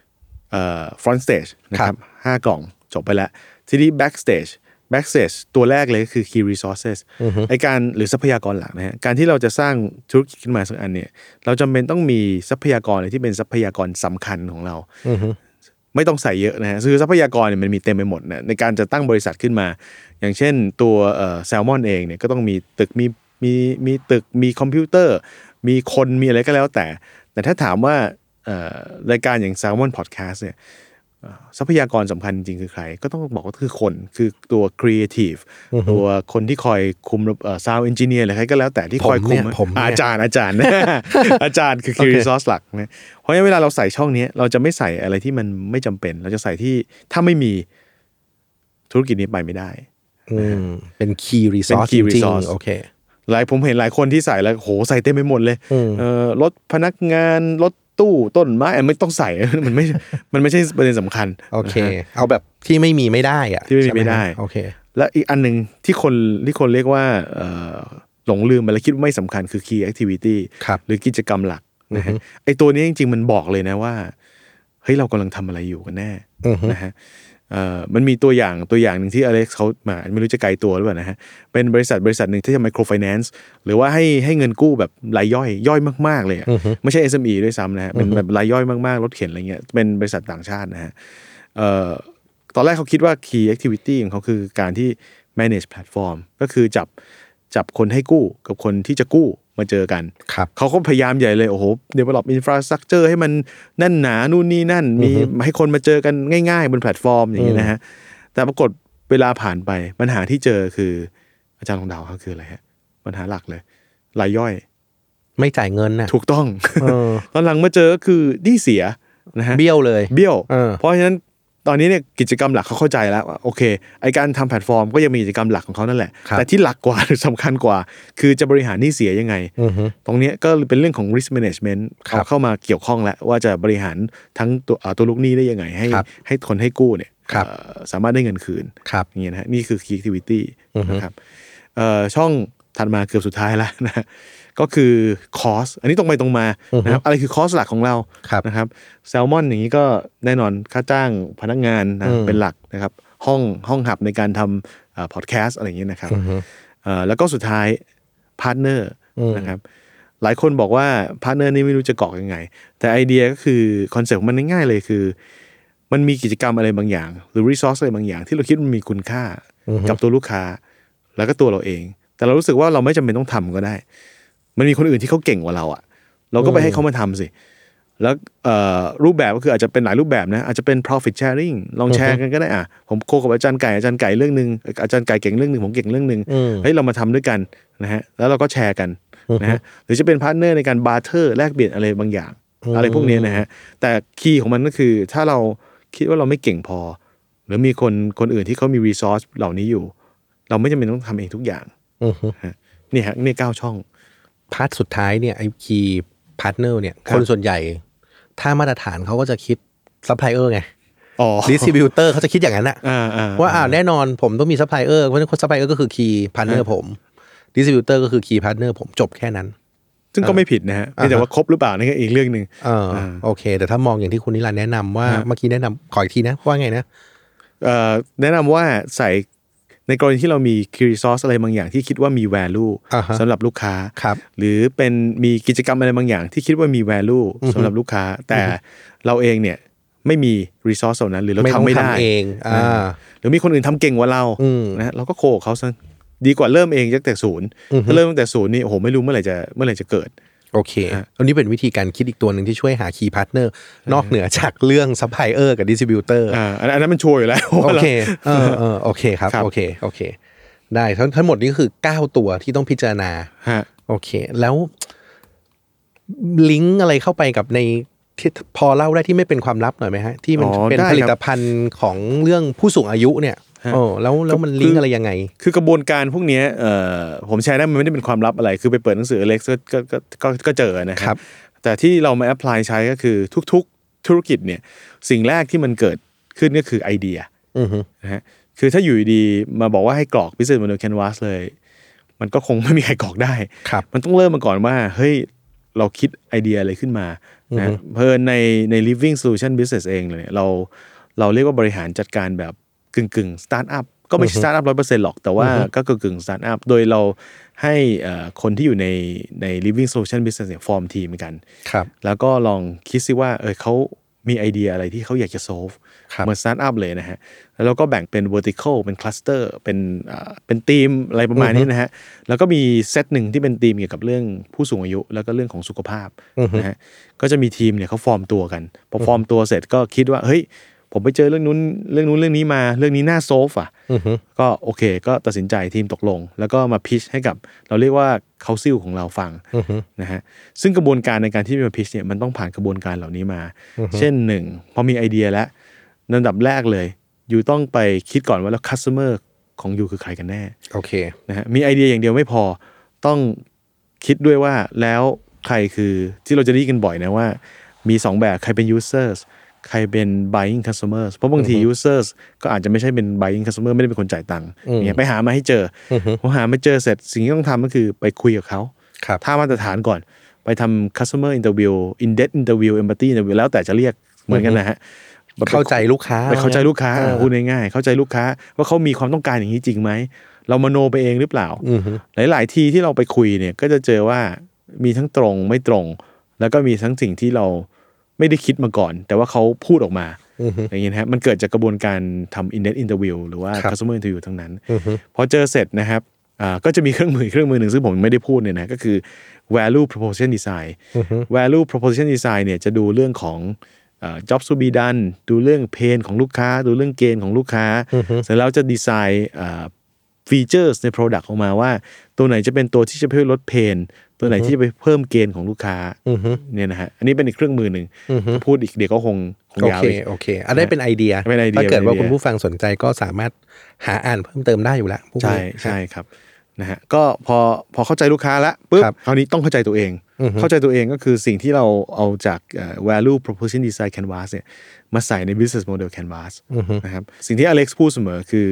front stage นะครับ5กล่องจบไปแล้วทีนี้ backstage ตัวแรกเลยคือ key resources ไอ้การหรือทรัพยากรหลักนะฮะการที่เราจะสร้างธุรกิจขึ้นมาสักอันเนี่ยเราจำเป็นต้องมีทรัพยากรอะไรที่เป็นทรัพยากรสำคัญของเราไม่ต้องใส่เยอะนะฮะคือทรัพยากรเนี่ยมันมีเต็มไปหมดนะในการจะตั้งบริษัทขึ้นมาอย่างเช่นตัวแซลมอนเองเนี่ยก็ต้องมีตึกมีตึกมีคอมพิวเตอร์มีคนมีอะไรก็แล้วแต่ถ้าถามว่ารายการอย่าง Salmon Podcast เนี่ยทรัพยากรสำคัญจริงคือใครก็ต้องบอกว่าคือคนคือตัวครีเอทีฟตัวคนที่คอยคุมซาวด์เอนจิเนียร์อะไรใครก็แล้วแต่ที่คอยคุมอาจารย์อาจารย์คือ key resource หลักนะเพราะฉะนั้นเวลาเราใส่ช่องนี้เราจะไม่ใส่อะไรที่มันไม่จำเป็นเราจะใส่ที่ถ้าไม่มีธุรกิจนี้ไปไม่ได้เป็น key resource จริงๆโอเคผมเห็นหลายคนที่ใส่แล้วโหใส่เต็มไปหมดเลยรถพนักงานรถตู้ต้นไม้ไม่ต้องใส่มันไม่ใช่ประเด็นสำคัญโอเคเอาแบบที่ไม่มีไม่ได้อะที่ไม่ได้โอเคและอีกอันนึงที่คนเรียกว่าหลงลืมไปแล้วคิดว่าไม่สำคัญคือ key activity หรือกิจกรรมหลักนะฮะไอตัวนี้จริงๆมันบอกเลยนะว่าเฮ้ยเรากำลังทำอะไรอยู่กันแน่นะฮะมันมีตัวอย่างนึงที่อเล็กซ์เขามาไม่รู้จะไกลตัวหรือเปล่านะฮะเป็นบริษัทนึงที่ทำไมโครไฟแนนซ์หรือว่าให้เงินกู้แบบรายย่อยมากๆเลยไม่ใช่ SME ด้วยซ้ำนะฮะเป็นแบบรายย่อยมากๆรถเข็นอะไรเงี้ยเป็นบริษัทต่างชาตินะฮะตอนแรกเขาคิดว่า key activity ของเขาคือการที่ manage platform ก็คือจับคนให้กู้กับคนที่จะกู้มาเจอกันเขาก็พยายามใหญ่เลยโอ้โห develop infrastructure ให้มันแน่นหนานู่นนี่นั่นมีให้คนมาเจอกันง่ายๆบนแพลตฟอร์มอย่างนี้นะฮะแต่ปรากฏเวลาผ่านไปปัญหาที่เจอคืออาจารย์ลงดาวเขาคืออะไรฮะปัญหาหลักเลยรายย่อยไม่จ่ายเงินนะถูกต้องตอนหลังมาเจอก็คือหนี้เสียนะฮะเบี้ยวเลยเพราะฉะนั้นตอนนี้เนี่ยกิจกรรมหลักเขาเข้าใจแล้วว่าโอเคไอการทำแพลตฟอร์มก็ยังมีกิจกรรมหลักของเขานั่นแหละแต่ที่หลักกว่าหรือสำคัญกว่าคือจะบริหารหนี้เสียยังไงตรงนี้ก็เป็นเรื่องของ risk management เข้ามาเกี่ยวข้องแล้วว่าจะบริหารทั้งตัวลูกหนี้ได้ยังไงให้คนให้กู้เนี่ยสามารถได้เงินคืนอย่างเงี้ยนะนี่คือ key activity นะครับช่องถัดมาเกือบสุดท้ายแล้วนะก็คือคอสอันนี้ตรงไปตรงมานะครับอะไรคือคอสหลักของเรานะครับแซลมอนอย่างนี้ก็แน่นอนค่าจ้างพนักงานนะเป็นหลักนะครับห้องหับในการทำพอดแคสต์อะไรอย่างเงี้ยนะครับแล้วก็สุดท้ายพาร์ทเนอร์นะครับหลายคนบอกว่าพาร์ทเนอร์นี่ไม่รู้จะกรอกยังไงแต่ไอเดียก็คือคอนเซ็ปต์มันง่ายๆเลยคือมันมีกิจกรรมอะไรบางอย่างหรือรีซอสอะไรบางอย่างที่เราคิดมันมีคุณค่ากับตัวลูกค้าแล้วก็ตัวเราเองแต่เรารู้สึกว่าเราไม่จำเป็นต้องทำก็ได้มันมีคนอื่นที่เขาเก่งกว่าเราอ่ะเราก็ไปให้เขามาทำสิแล้วรูปแบบก็คืออาจจะเป็นหลายรูปแบบนะอาจจะเป็น profit sharing ลองแชร์กันก็ได้ผมโคกับอาจารย์ไก่เรื่องนึงอาจารย์ไก่เก่งเรื่องนึงผมเก่งเรื่องนึงเฮ้ยเรามาทำด้วยกันนะฮะแล้วเราก็แชร์กันนะฮะหรือจะเป็นพาร์ทเนอร์ในการบาร์เทอร์แลกเปลี่ยนอะไรบางอย่างอะไรพวกนี้นะฮะแต่คีย์ของมันก็คือถ้าเราคิดว่าเราไม่เก่งพอหรือมีคนอื่นที่เขามี resource เหล่านี้อยู่เราไม่จำเป็นต้องทำเองทุกอย่างนี่ฮะนี่9ช่องพาร์ทสุดท้ายเนี่ยไอ้คีย์พาร์ทเนอร์เนี่ยคนส่วนใหญ่ถ้ามาตรฐานเขาก็จะคิดซัพพลายเออร์ไงดิสทริบิวเตอร์เขาจะคิดอย่างนั้นนะว่าแน่นอนผมต้องมีซัพพลายเออร์เพราะฉะนั้นซัพพลายเออร์ก็คือคีย์พาร์ทเนอร์ผมดิสทริบิวเตอร์ก็คือคีย์พาร์ทเนอร์ผมจบแค่นั้นซึ่งก็ไม่ผิดนะฮะแต่ว่าครบหรือเปล่านี่ก็อีกเรื่องนึงโอเคแต่ถ้ามองอย่างที่คุณนิรันดร์แนะนำว่าเมื่อกี้แนะนำขออีกทีนะว่าไงนะแนะนำว่าใส่ในกรณีที่เรามี key resource อะไรบางอย่างที่คิดว่ามี value สำหรับลูกค้าหรือเป็นมีกิจกรรมอะไรบางอย่างที่คิดว่ามี value สำหรับลูกค้าแต่เราเองเนี่ยไม่มี resource เหล่านั้นหรือเราทำไม่ได้เองหรือมีคนอื่นทำเก่งกว่าเรานะเราก็โคเขาซะดีกว่าเริ่มเองตั้งแต่ศูนย์ถ้าเริ่มตั้งแต่ศูนย์นี่โอ้โหไม่รู้เมื่อไหร่จะเกิดโอเคอันนี้เป็นวิธีการคิดอีกตัวหนึ่งที่ช่วยหา key partner นอกเหนือจากเรื่อง supplier กับ distributor อันนั้นมันชัวร์อยู่แล้วโอเคโอเคครับโอเคได้ทั้งหมดนี้ก็คือ9ตัวที่ต้องพิจารณาโอเคแล้วลิงก์อะไรเข้าไปกับในที่พอเล่าได้ที่ไม่เป็นความลับหน่อยไหมฮะที่มันเป็นผลิตภัณฑ์ของเรื่องผู้สูงอายุเนี่ยแล้วมันลิงก์อะไรยังไงคือกระบวนการพวกนี้ผมแชร์ได้มันไม่ได้เป็นความลับอะไรคือไปเปิดหนังสือเล็กก็เจอนะครับแต่ที่เรามาแอพพลายใช้ก็คือทุกๆธุรกิจเนี่ยสิ่งแรกที่มันเกิดขึ้นก็คือไอเดียนะฮะคือถ้าอยู่ดีมาบอกว่าให้กรอก Business Model Canvas เลยมันก็คงไม่มีใครกรอกได้มันต้องเริ่มมาก่อนว่าเฮ้ยเราคิดไอเดียอะไรขึ้นมานะเพิ่นใน Living Solution Business เองเลยเราเรียกว่าบริหารจัดการแบบกึ่งสตาร์ทอัพก็ไม่ใช่สตาร์ทอัพ 100% หรอกแต่ว่าก็กึ่งสตาร์ทอัพโดยเราให้คนที่อยู่ใน Living Solution Business เนี่ยฟอร์มทีมกันแล้วก็ลองคิดซิว่าเขามีไอเดียอะไรที่เขาอยากจะ solve เหมือนสตาร์ทอัพเลยนะฮะแล้วเราก็แบ่งเป็น vertical เป็น cluster เป็นทีมอะไรประมาณนี้นะฮะแล้วก็มีเซตหนึ่งที่เป็นทีมเกี่ยวกับเรื่องผู้สูงอายุแล้วก็เรื่องของสุขภาพนะฮะก็จะมีทีมเนี่ยเขาฟอร์มตัวกันพอฟอร์มตัวเสร็จก็คิดว่าเฮ้ยผมไปเจอเรื่องนี้มาเรื่องนี้น่าโซฟก็โอเคก็ตัดสินใจทีมตกลงแล้วก็มาพิชให้กับเราเรียกว่าเคาซิลของเราฟังนะฮะซึ่งกระบวนการในการที่มาพิชเนี่ยมันต้องผ่านกระบวนการเหล่านี้มาเช่น1พอมีไอเดียแล้วอันดับแรกเลยยูต้องไปคิดก่อนว่าแล้วคัสเตอร์ของยูคือใครกันแน่โอเคนะฮะมีไอเดียอย่างเดียวไม่พอต้องคิดด้วยว่าแล้วใครคือที่เราจะได้ยินกันบ่อยนะว่ามี2แบบใครเป็น usersใครเป็น buying customers เพราะบางที users ก็อาจจะไม่ใช่เป็น buying customer ไม่ได้เป็นคนจ่ายตังค์เนี่ยไปหามาให้เจอพอหามาเจอเสร็จสิ่งที่ต้องทำก็คือไปคุยกับเขาถ้ามาตรฐานก่อนไปทำ customer interview in-depth interview empathy interview แล้วแต่จะเรียกเหมือนกันนะฮะเข้าใจลูกค้าไปเข้าใจลูกค้าพูดง่ายๆเข้าใจลูกค้าว่าเขามีความต้องการอย่างนี้จริงไหมเรามโนไปเองหรือเปล่าหลายๆทีที่เราไปคุยเนี่ยก็จะเจอว่ามีทั้งตรงไม่ตรงแล้วก็มีทั้งสิ่งที่เราไม่ได้คิดมาก่อนแต่ว่าเขาพูดออกมาอย่างนี้นะครับมันเกิดจากกระบวนการทำ in-depth interview หรือว่า customer interview ทั้งนั้นพอเจอเสร็จนะครับก็จะมีเครื่องมือหนึ่งซึ่งผมไม่ได้พูดเนี่ยนะก็คือ value proposition design value proposition design เนี่ยจะดูเรื่องของjobs to be done ดูเรื่อง pain ของลูกค้าดูเรื่องเกณฑ์ของลูกค้าเสร็จแล้วจะดีไซน์features ใน product ออกมาว่าตัวไหนจะเป็นตัวที่จะเพิ่มลด pain ตัวไหนที่จะไปเพิ่มเกณฑ์ของลูกค้าเนี่ยนะฮะอันนี้เป็นอีกเครื่องมือหนึ่งพูดอีกเดี๋ยวก็คงยาวโอเคอันนี้เป็นไอเดียถ้าเกิดว่าคุณผู้ฟังสนใจก็สามารถหาอ่านเพิ่มเติมได้อยู่แล้วใช่ครับนะฮะก็พอเข้าใจลูกค้าแล้วปุ๊บคราวนี้ต้องเข้าใจตัวเองเข้าใจตัวเองก็คือสิ่งที่เราเอาจาก value proposition design canvas เนี่ยมาใส่ใน business model canvas นะครับสิ่งที่อเล็กซ์พูดเสมอคือ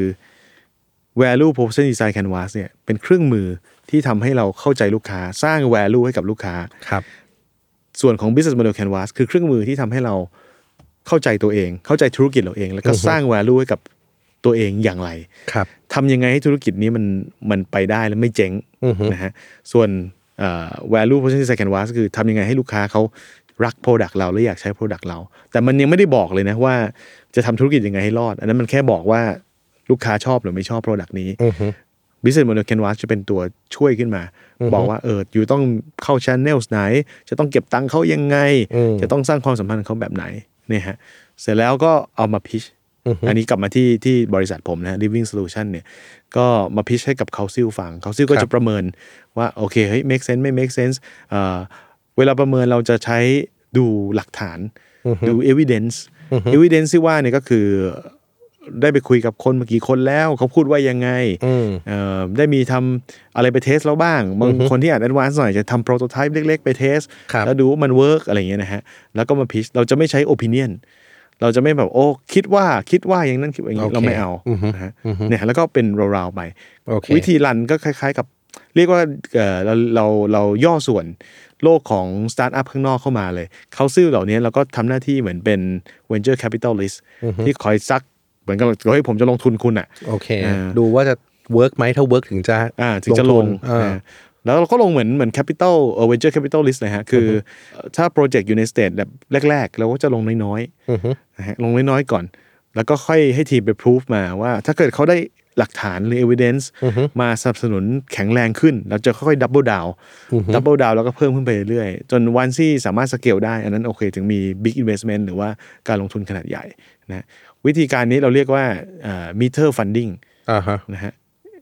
value proposition design canvas เนี่ยเป็นเครื่องมือที่ทำให้เราเข้าใจลูกค้าสร้าง value ให้กับลูกค้าส่วนของ business model canvas คือเครื่องมือที่ทำให้เราเข้าใจตัวเองเข้าใจธุรกิจเราเองแล้วก็สร้าง value ให้กับตัวเองอย่างไรทำยังไงให้ธุรกิจนี้มันไปได้และไม่เจ๊งนะฮะส่วนvalue proposition design canvas คือทำยังไงให้ลูกค้าเขารัก product เราและอยากใช้ product เราแต่มันยังไม่ได้บอกเลยนะว่าจะทำธุรกิจยังไงให้รอดอันนั้นมันแค่บอกว่าลูกค้าชอบหรือไม่ชอบ product นี้Business Model Canvas จะเป็นตัวช่วยขึ้นมาบอกว่าอยู่ต้องเข้า channel ไหนจะต้องเก็บตังค์เขายังไงจะต้องสร้างความสัมพันธ์กับเขาแบบไหนเนี่ยฮะเสร็จแล้วก็เอามาพิชอันนี้กลับมาที่บริษัทผมนะ Living Solution เนี่ยก็มาพิชให้กับCouncilฟังCouncilก็จะประเมินว่าโอเคเฮ้ย make sense ไม่ make sense เวลาประเมินเราจะใช้ดูหลักฐานดู evidence ที่ว่าเนี่ยก็คือได้ไปคุยกับคนเมื่อกี้คนแล้วเขาพูดว่ายังไงได้มีทำอะไรไปเทสแล้วบ้างบางคนที่อาจแอดวานซ์หน่อยจะทำโปรโตไทป์เล็กๆไปเทสแล้วดูว่ามันเวิร์กอะไรอย่างเงี้ยนะฮะแล้วก็มาพิชเราจะไม่ใช้โอปิเนียนเราจะไม่แบบโอ้คิดว่าอย่างนั้นคิดอย่างนี้เราไม่เอานะฮะเนี่ยแล้วก็เป็นราวๆไปวิธีรันก็คล้ายๆกับเรียกว่าเราย่อส่วนโลกของสตาร์ทอัพข้างนอกเข้ามาเลยเขาซื้อเหล่านี้เราก็ทำหน้าที่เหมือนเป็น venture capitalist ที่คอยซักเหมือนกับเฮ้ยผมจะลงทุนคุณอ่ะโอเคดูว่าจะเวิร์กไหมถ้าเวิร์กถึงจะลงแล้วเราก็ลงเหมือน capital venture capitalist เลยฮะคือถ้าโปรเจกต์อยู่ในสเตจแบบแรกๆเราก็จะลงน้อยๆนะฮะลงน้อยๆก่อนแล้วก็ค่อยให้ทีมไปพิสูจมาว่าถ้าเกิดเขาได้หลักฐานหรือ evidence มาสนับสนุนแข็งแรงขึ้นเราจะค่อยๆ double down แล้วก็เพิ่มขึ้นไปเรื่อยๆจนวันที่สามารถสเกลได้อันนั้นโอเคถึงมี big investment หรือว่าการลงทุนขนาดใหญ่นะวิธีการนี้เราเรียกว่าmeter funding นะฮะ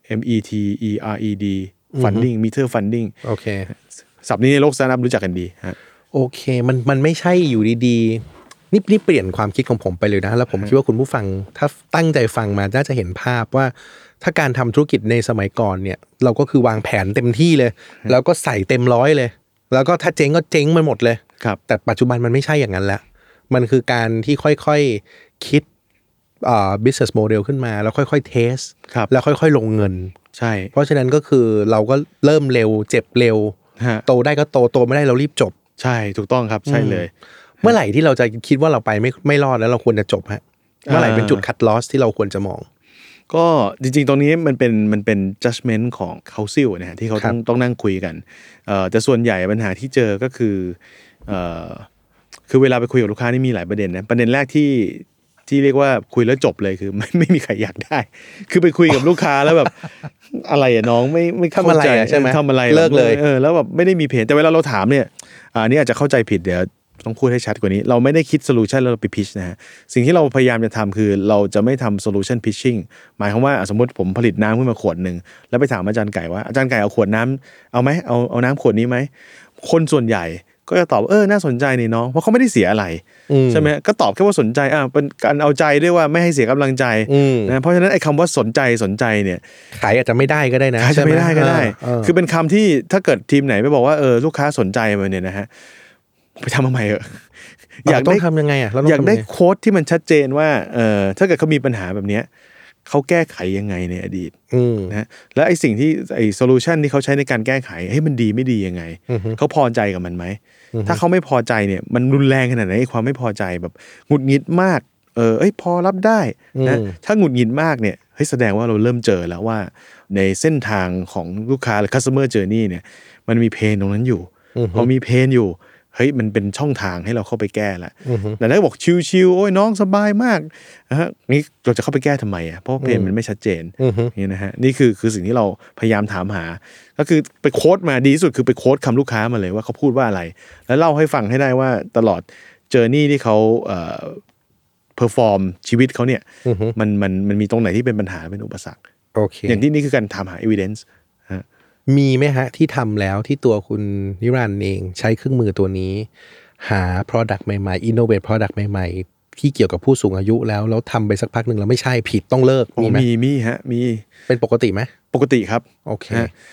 METERED funding meter funding โอเคศัพท์นี้ในโลกสตาร์ทอัพรู้จักกันดีฮะโอเคมันไม่ใช่อยู่ดีๆนี่เปลี่ยนความคิดของผมไปเลยนะแล้วผมคิดว่าคุณผู้ฟังถ้าตั้งใจฟังมาน่าจะเห็นภาพว่าถ้าการทำธุรกิจในสมัยก่อนเนี่ยเราก็คือวางแผนเต็มที่เลยแล้วก็ใส่เต็มร้อยเลยแล้วก็ถ้าเจ๊งก็เจ๊งมันหมดเลยแต่ปัจจุบันมันไม่ใช่อย่างนั้นแล้วมันคือการที่ค่อยๆคิดbusiness model ขึ้นมาแล้วค่อยๆ test แล้วค่อยๆลงเงินใช่เพราะฉะนั้นก็คือเราก็เริ่มเร็วเจ็บเร็วโตได้ก็โตไม่ได้เรารีบจบใช่ถูกต้องครับใช่เลยเมื่อไหร่ที่เราจะคิดว่าเราไปไม่รอดแล้วเราควรจะจบฮะเมื่อไหร่เป็นจุดคัทลอสที่เราควรจะมองก็จริงๆตรงนี้มันเป็น judgment ของ council นะฮะที่เขาต้องนั่งคุยกันแต่ส่วนใหญ่ปัญหาที่เจอก็คือเวลาไปคุยกับลูกค้านี่มีหลายประเด็นนะประเด็นแรกที่เรียกว่าคุยแล้วจบเลยคือไม่มีใครอยากได้คือไปคุยกับลูกค้าแล้วแบบอะไรอ่ะน้องไม่เข้าใจใช่ไหมทำอะไรเลิกเลยแล้วแบบไม่ได้มีเพจแต่เวลาเราถามเนี่ยอันนี้อาจจะเข้าใจผิดเดี๋ยวต้องพูดให้ชัดกว่านี้เราไม่ได้คิดโซลูชันแล้วเราไปพิชนะฮะสิ่งที่เราพยายามจะทำคือเราจะไม่ทำโซลูชันพิชชิ่งหมายความว่าสมมติผมผลิตน้ำขึ้นมาขวดนึงแล้วไปถามอาจารย์ไก่ว่าอาจารย์ไก่เอาขวดน้ำเอาไหมเอาน้ำขวดนี้ไหมคนส่วนใหญ่ก็จะตอบน่าสนใจนี่น้องเพราะเขาไม่ได้เสียอะไรใช่ไหมก็ตอบแค่ว่าสนใจเป็นการเอาใจด้วยว่าไม่ให้เสียกำลังใจนะเพราะฉะนั้นไอ้คำว่าสนใจเนี่ยขายอาจจะไม่ได้ก็ได้นะขายจะไม่ได้ก็ได้คือเป็นคำที่ถ้าเกิดทีมไหนไปบอกว่าลูกค้าสนใจมาเนี่ยนะฮะไปทำทำไมอยากต้องทำยังไงอยากได้โค้ดที่มันชัดเจนว่าถ้าเกิดเขามีปัญหาแบบนี้เขาแก้ไขยังไงในอดีตนะแล้วไอ้สิ่งที่ไอ้โซลูชันที่เขาใช้ในการแก้ไขให้มันดีไม่ดียังไงเขาพอใจกับมันไหมถ้าเขาไม่พอใจเนี่ยมันรุนแรงขนาดไหนความไม่พอใจแบบหงุดหงิดมากพอรับได้นะถ้าหงุดหงิดมากเนี่ยแสดงว่าเราเริ่มเจอแล้วว่าในเส้นทางของลูกค้าหรือ customer journey เนี่ยมันมีเพนตรงนั้นอยู่พอมีเพนอยู่มันเป็นช่องทางให้เราเข้าไปแก้ละแต่ถ้าบอกชิวๆโอ้ยน้องสบายมากนี่เราจะเข้าไปแก้ทำไมเพราะเพนมันไม่ชัดเจนนี่นะฮะนี่คือสิ่งที่เราพยายามถามหาก็คือไปโค้ดมาดีที่สุดคือไปโค้ดคำลูกค้ามาเลยว่าเขาพูดว่าอะไรแล้วเล่าให้ฟังให้ได้ว่าตลอดเจอร์นี่ที่เขาเพอร์ฟอร์มชีวิตเขาเนี่ยมันมีตรงไหนที่เป็นปัญหาเป็นอุปสรรคโอเคอย่างที่นี่คือการถามหา evidence มีไหมฮะที่ทำแล้วที่ตัวคุณนิรันดร์เองใช้เครื่องมือตัวนี้หา product ใหม่ๆ innovate product ใหม่ๆที่เกี่ยวกับผู้สูงอายุแล้วทำไปสักพักหนึ่งแล้วไม่ใช่ผิดต้องเลิกมีไหมมีฮะมีเป็นปกติไหมปกติครับโอเค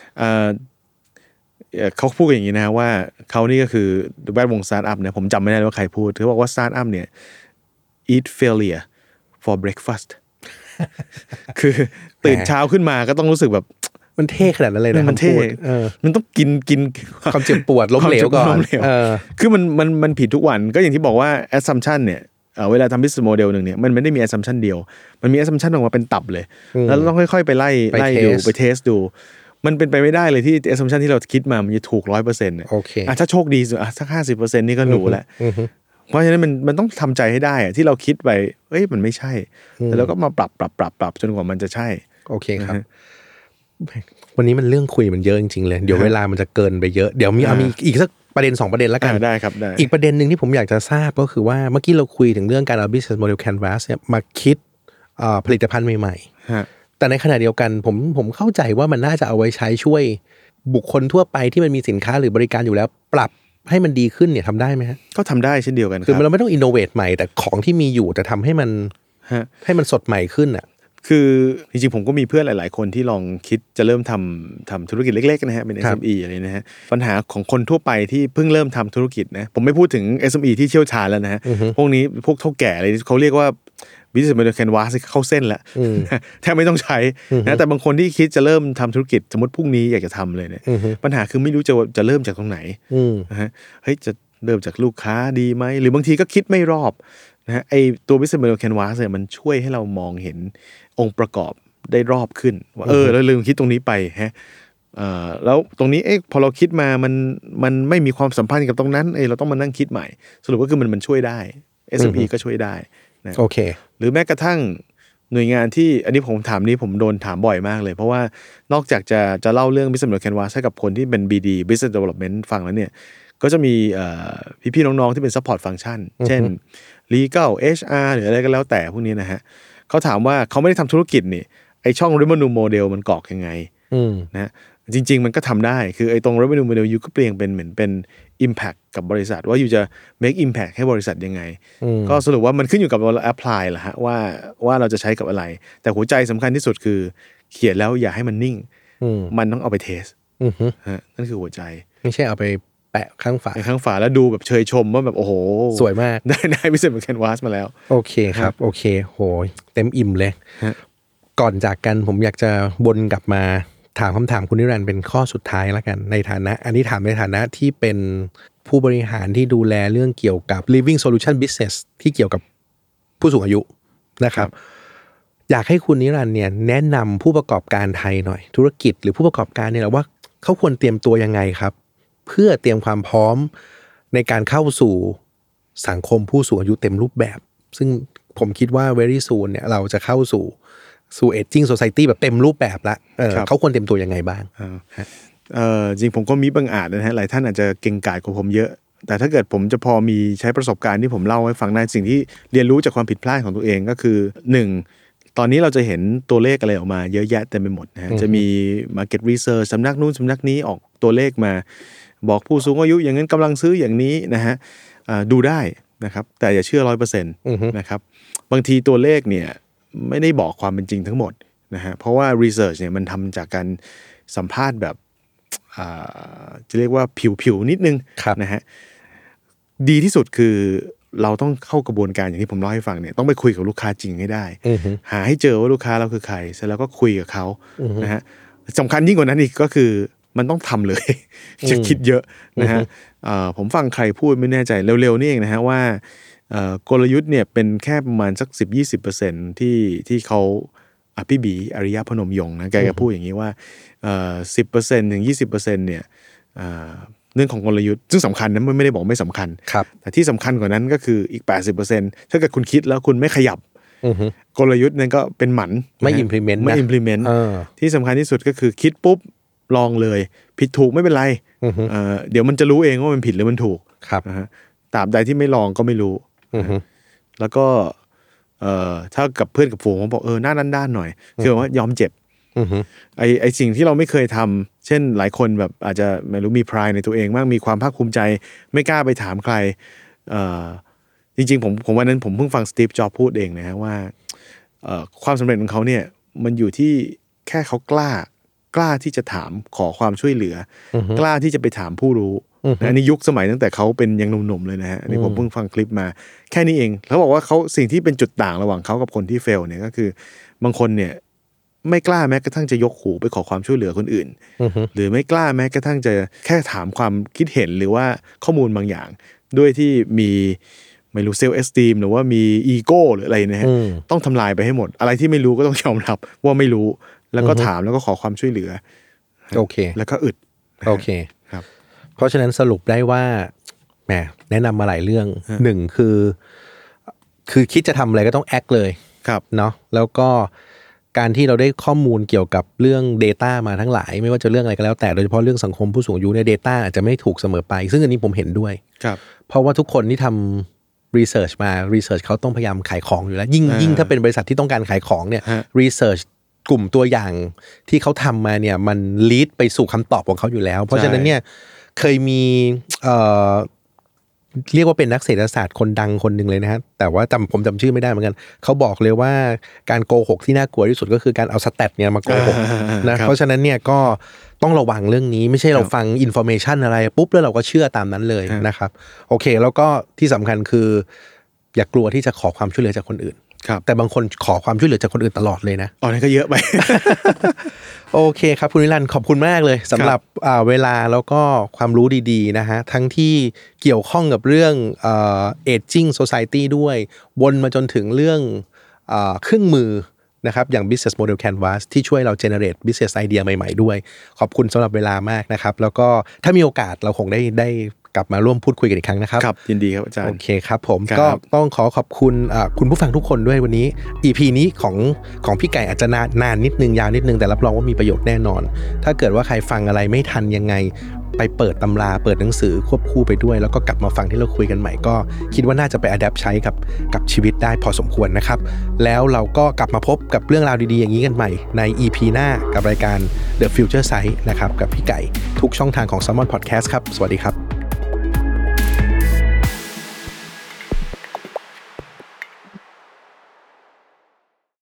เขาพูดอย่างนี้นะว่าเขานี่ก็คือแวดวงสตาร์ทอัพเนี่ยผมจำไม่ได้ว่าใครพูดเขาบอกว่าสตาร์ทอัพเนี่ย eat failure for breakfast คือตื่นเช้าขึ้นมาก็ต้องรู้สึกแบบมันเท่ขนาดนั้นเลยนะมันเท่มันต้องกินความเจ็บปวดล้มเหลวก่อนคือมันผิดทุกวันก็อย่างที่บอกว่า assumption เนี่ยเวลาทำ business model นึงเนี่ยมันไม่ได้มี assumption เดียวมันมี assumption ออกมาเป็นตับเลยแล้วต้องค่อยๆไปไล่ดูไปเทสดูมันเป็นไปไม่ได้เลยที่ assumption ที่เราคิดมามันจะถูก 100% โอเคถ้าโชคดีสัก 50% นี่ก็รู้แล้วเพราะฉะนั้นมันต้องทำใจให้ได้ที่เราคิดไปมันไม่ใช่แต่เราก็มาปรับจนกว่ามันจะใช่โอเคครับวันนี้มันเรื่องคุยมันเยอะจริงๆเลยเดี๋ยวเวลามันจะเกินไปเยอะเดี๋ยวมีอีกสักประเด็น2ประเด็นแล้วกันได้ครับได้อีกประเด็นนึงที่ผมอยากจะทราบก็คือว่าเมื่อกี้เราคุยถึงเรื่องการเอา business model canvas เนี่ยมาคิดผลิตภัณฑ์ใหม่ๆแต่ในขณะเดียวกันผมเข้าใจว่ามันน่าจะเอาไว้ใช้ช่วยบุคคลทั่วไปที่มันมีสินค้าหรือบริการอยู่แล้วปรับให้มันดีขึ้นเนี่ยทำได้ไหมฮะก็ทำได้เช่นเดียวกันคือเราไม่ต้อง innovate ใหม่แต่ของที่มีอยู่แต่ทำให้มันสดใหม่ขึ้นอ่ะคือจริงๆผมก็มีเพื่อนหลายๆคนที่ลองคิดจะเริ่มทำธุรกิจเล็กๆนะฮะเป็น SME อะไรนะฮะปัญหาของคนทั่วไปที่เพิ่งเริ่มทำธุรกิจนะผมไม่พูดถึง SME ที่เชี่ยวชาญแล้วนะฮะพวกนี้พวกเฒ่าแก่อะไรเขาเรียกว่า business model canvas เข้าเส้นแล้วแทบไม่ต้องใช้นะแต่บางคนที่คิดจะเริ่มทำธุรกิจสมมติพรุ่งนี้อยากจะทำเลยเนี่ยปัญหาคือไม่รู้จะเริ่มจากตรงไหนนะฮะจะเริ่มจากลูกค้าดีไหมหรือบางทีก็คิดไม่รอบนะฮะไอตัว business model canvas เนี่ยมันช่วยให้เรามองเห็นองค์ประกอบได้รอบขึ้นว่าเราลืมคิดตรงนี้ไปฮะแล้วตรงนี้พอเราคิดมามันไม่มีความสัมพันธ์กับตรงนั้นเราต้องมานั่งคิดใหม่สรุปก็คือมันช่วยได้ SME ก็ช่วยได้นะโอเคหรือแม้กระทั่งหน่วยงานที่อันนี้ผมถามนี้ผมโดนถามบ่อยมากเลยเพราะว่านอกจากจะเล่าเรื่อง Business Model Canvas ให้กับคนที่เป็น BD Business Development ฟังแล้วเนี่ยก็จะมีพี่ๆน้องๆที่เป็น Support Function เช่น Legal HR หรืออะไรก็แล้วแต่พวกนี้นะฮะเขาถามว่าเขาไม่ได้ทำธุรกิจนี่ไอช่อง Revenue Model มันกรอกยังไงนะจริงๆมันก็ทำได้คือไอ้ตรง revenue model ยูก็เปลี่ยนเป็นเหมือนเป็น impact กับบริษัทว่าอยู่จะ make impact ให้บริษัทยังไงก็สรุปว่ามันขึ้นอยู่กับเรา apply แหละฮะว่าเราจะใช้กับอะไรแต่หัวใจสำคัญที่สุดคือเขียนแล้วอย่าให้มันนิ่งมันต้องเอาไปเทสนั่นคือหัวใจไม่ใช่เอาไปแปะข้างฝาแล้วดูแบบเชยชมว่าแบบโอ้โหสวยมากได้พิเศษเหมือนแคนวาสมาแล้วโอเคครับโอเคโหเต็มอิ่มเลยก่อนจากกันผมอยากจะวนกลับมาถามคำถามคุณนิรันดร์เป็นข้อสุดท้ายแล้วกันในฐานะอันนี้ถามในฐานะที่เป็นผู้บริหารที่ดูแลเรื่องเกี่ยวกับ living solution business ที่เกี่ยวกับผู้สูงอายุนะครับอยากให้คุณนิรันดร์เนี่ยแนะนำผู้ประกอบการไทยหน่อยธุรกิจหรือผู้ประกอบการเนี่ยว่าเขาควรเตรียมตัวยังไงครับเพื่อเตรียมความพร้อมในการเข้าสู่สังคมผู้สูงอายุเต็มรูปแบบซึ่งผมคิดว่า very soon เนี่ยเราจะเข้าสู่aging society แบบเต็มรูปแบบละเขาควรเตรียมตัวยังไงบ้างจริงผมก็มีบางอาจนะฮะหลายท่านอาจจะเก่งกาจกว่าผมเยอะแต่ถ้าเกิดผมจะพอมีใช้ประสบการณ์ที่ผมเล่าให้ฟังได้สิ่งที่เรียนรู้จากความผิดพลาดของตัวเองก็คือ1ตอนนี้เราจะเห็นตัวเลขอะไรออกมาเยอะแยะเต็มไปหมดนะฮะจะมี market research สำนักนู้นสำนักนี้ออกตัวเลขมาบอกผู้สูงอายุอย่างนั้นกำลังซื้ออย่างนี้นะฮะดูได้นะครับแต่อย่าเชื่อ 100% นะครับบางทีตัวเลขเนี่ยไม่ได้บอกความเป็นจริงทั้งหมดนะฮะเพราะว่า research เนี่ยมันทำจากการสัมภาษณ์แบบจะเรียกว่าผิวๆนิดนึงนะฮะดีที่สุดคือเราต้องเข้ากระบวนการอย่างที่ผมเล่าให้ฟังเนี่ยต้องไปคุยกับลูกค้าจริงให้ได้หาให้เจอว่าลูกค้าเราคือใครเสร็จแล้วก็คุยกับเขานะฮะสำคัญยิ่งกว่านั้นอีกก็คือมันต้องทำเลยจะคิดเยอะนะฮะผมฟังใครพูดไม่แน่ใจเร็วๆนี่เองนะฮะว่ากลยุทธ์เนี่ยเป็นแค่ประมาณสัก 10-20% ที่เขาพี่บีอริยพนมยงค์นะแกก็พูดอย่างนี้ว่า10% ถึง 20% เนี่ยเรื่องของกลยุทธ์ซึ่งสำคัญนะไม่ได้บอกไม่สำคัญแต่ที่สำคัญกว่านั้นก็คืออีก 80% ถ้าเกิดคุณคิดแล้วคุณไม่ขยับกลยุทธ์นั้นก็เป็นหมันไม่ implement ไม่ implement ที่สำคัญที่สุดก็คือคิดปุ๊บลองเลยผิดถูกไม่เป็นไรเดี๋ยวมันจะรู้เองว่ามันผิดหรือมันถูกตราบใดที่ไม่ลองก็ไม่รู้แล้วก็ถ้ากับเพื่อนกับฝูงผมบอกหน้าด้านๆหน่อยคือว่ายอมเจ็บไอสิ่งที่เราไม่เคยทำเช่นหลายคนแบบอาจจะไม่รู้มี pride ในตัวเองมากมีความภาคภูมิใจไม่กล้าไปถามใครจริงๆผมวันนั้นผมเพิ่งฟังสตีฟจ็อบส์พูดเองนะฮะว่าความสำเร็จของเขาเนี่ยมันอยู่ที่แค่เขากล้าที่จะถามขอความช่วยเหลือกล้าที่จะไปถามผู้รู้อันนี้ยุคสมัยตั้งแต่เขาเป็นยังหนุ่มๆเลยนะฮะอันนี้ผมเพิ่งฟังคลิปมาแค่นี้เองเขาบอกว่าเขาสิ่งที่เป็นจุดต่างระหว่างเขากับคนที่เฟลเนี่ยก็คือบางคนเนี่ยไม่กล้าแม้กระทั่งจะยกหูไปขอความช่วยเหลือคนอื่นหรือไม่กล้าแม้กระทั่งจะแค่ถามความคิดเห็นหรือว่าข้อมูลบางอย่างด้วยที่มีไม่รู้เซลฟ์เอสตีมหรือว่ามีอีโก้หรืออะไรนะฮะต้องทำลายไปให้หมดอะไรที่ไม่รู้ก็ต้องยอมรับว่าไม่รู้แล้วก็ถามแล้วก็ขอความช่วยเหลือโอเคแล้วก็อึดโอเคครับเพราะฉะนั้นสรุปได้ว่าแหมแนะนำมาหลายเรื่องหนึ่งคือคิดจะทำอะไรก็ต้องแอคเลยเนาะแล้วก็การที่เราได้ข้อมูลเกี่ยวกับเรื่อง data มาทั้งหลายไม่ว่าจะเรื่องอะไรก็แล้วแต่โดยเฉพาะเรื่องสังคมผู้สูงอายุเนี่ย data อาจจะไม่ถูกเสมอไปซึ่งอันนี้ผมเห็นด้วยเพราะว่าทุกคนที่ทำ research มา research เขาต้องพยายามขายของอยู่แล้วยิ่งถ้าเป็นบริษัทที่ต้องการขายของเนี่ย research กลุ่มตัวอย่างที่เขาทำมาเนี่ยมัน lead ไปสู่คำตอบของเขาอยู่แล้วเพราะฉะนั้นเนี่ยเคยมีเรียกว่าเป็นนักเศรษฐศาสตร์คนดังคนหนึ่งเลยนะฮะแต่ว่าผมจำชื่อไม่ได้เหมือนกันเขาบอกเลยว่าการโกหกที่น่ากลัวที่สุดก็คือการเอาสแตทเนี่ยมาโกหกนะเพราะฉะนั้นเนี่ยก็ต้องระวังเรื่องนี้ไม่ใช่เราฟังอินฟอร์เมชันอะไรปุ๊บแล้วเราก็เชื่อตามนั้นเลยนะครับโอเคแล้วก็ที่สำคัญคืออย่ากลัวที่จะขอความช่วยเหลือจากคนอื่นแต่บางคนขอความช่วยเหลือจากคนอื่นตลอดเลยนะนั่นก็เยอะไปโอเคครับคุณนิรันดร์ขอบคุณมากเลยสำหรับเวลาแล้วก็ความรู้ดีๆนะฮะทั้งที่เกี่ยวข้องกับเรื่องaging society ด้วยวนมาจนถึงเรื่องเครื่องมือนะครับอย่าง Business Model Canvas ที่ช่วยเรา generate business idea ใหม่ๆด้วยขอบคุณสำหรับเวลามากนะครับแล้วก็ถ้ามีโอกาสเราคงได้กลับมาร่วมพูดคุยกันอีกครั้งนะครับครับยินดีครับอาจารย์โอเคครับผมก็ต้องขอบคุณคุณผู้ฟังทุกคนด้วยวันนี้ EP นี้ของพี่ไก่อาจจะนานนิดนึงยาวนิดนึงแต่รับรองว่ามีประโยชน์แน่นอนถ้าเกิดว่าใครฟังอะไรไม่ทันยังไงไปเปิดตำราเปิดหนังสือควบคู่ไปด้วยแล้วก็กลับมาฟังที่เราคุยกันใหม่ก็คิดว่าน่าจะไป adapt ใช้กับชีวิตได้พอสมควรนะครับแล้วเราก็กลับมาพบกับเรื่องราวดีๆอย่างนี้กันใหม่ใน EP หน้ากับรายการ The Future Sight นะครับกับพี่ไก่ทุกช่องทางของ Salmon Podcast ครับสวัสดีครับ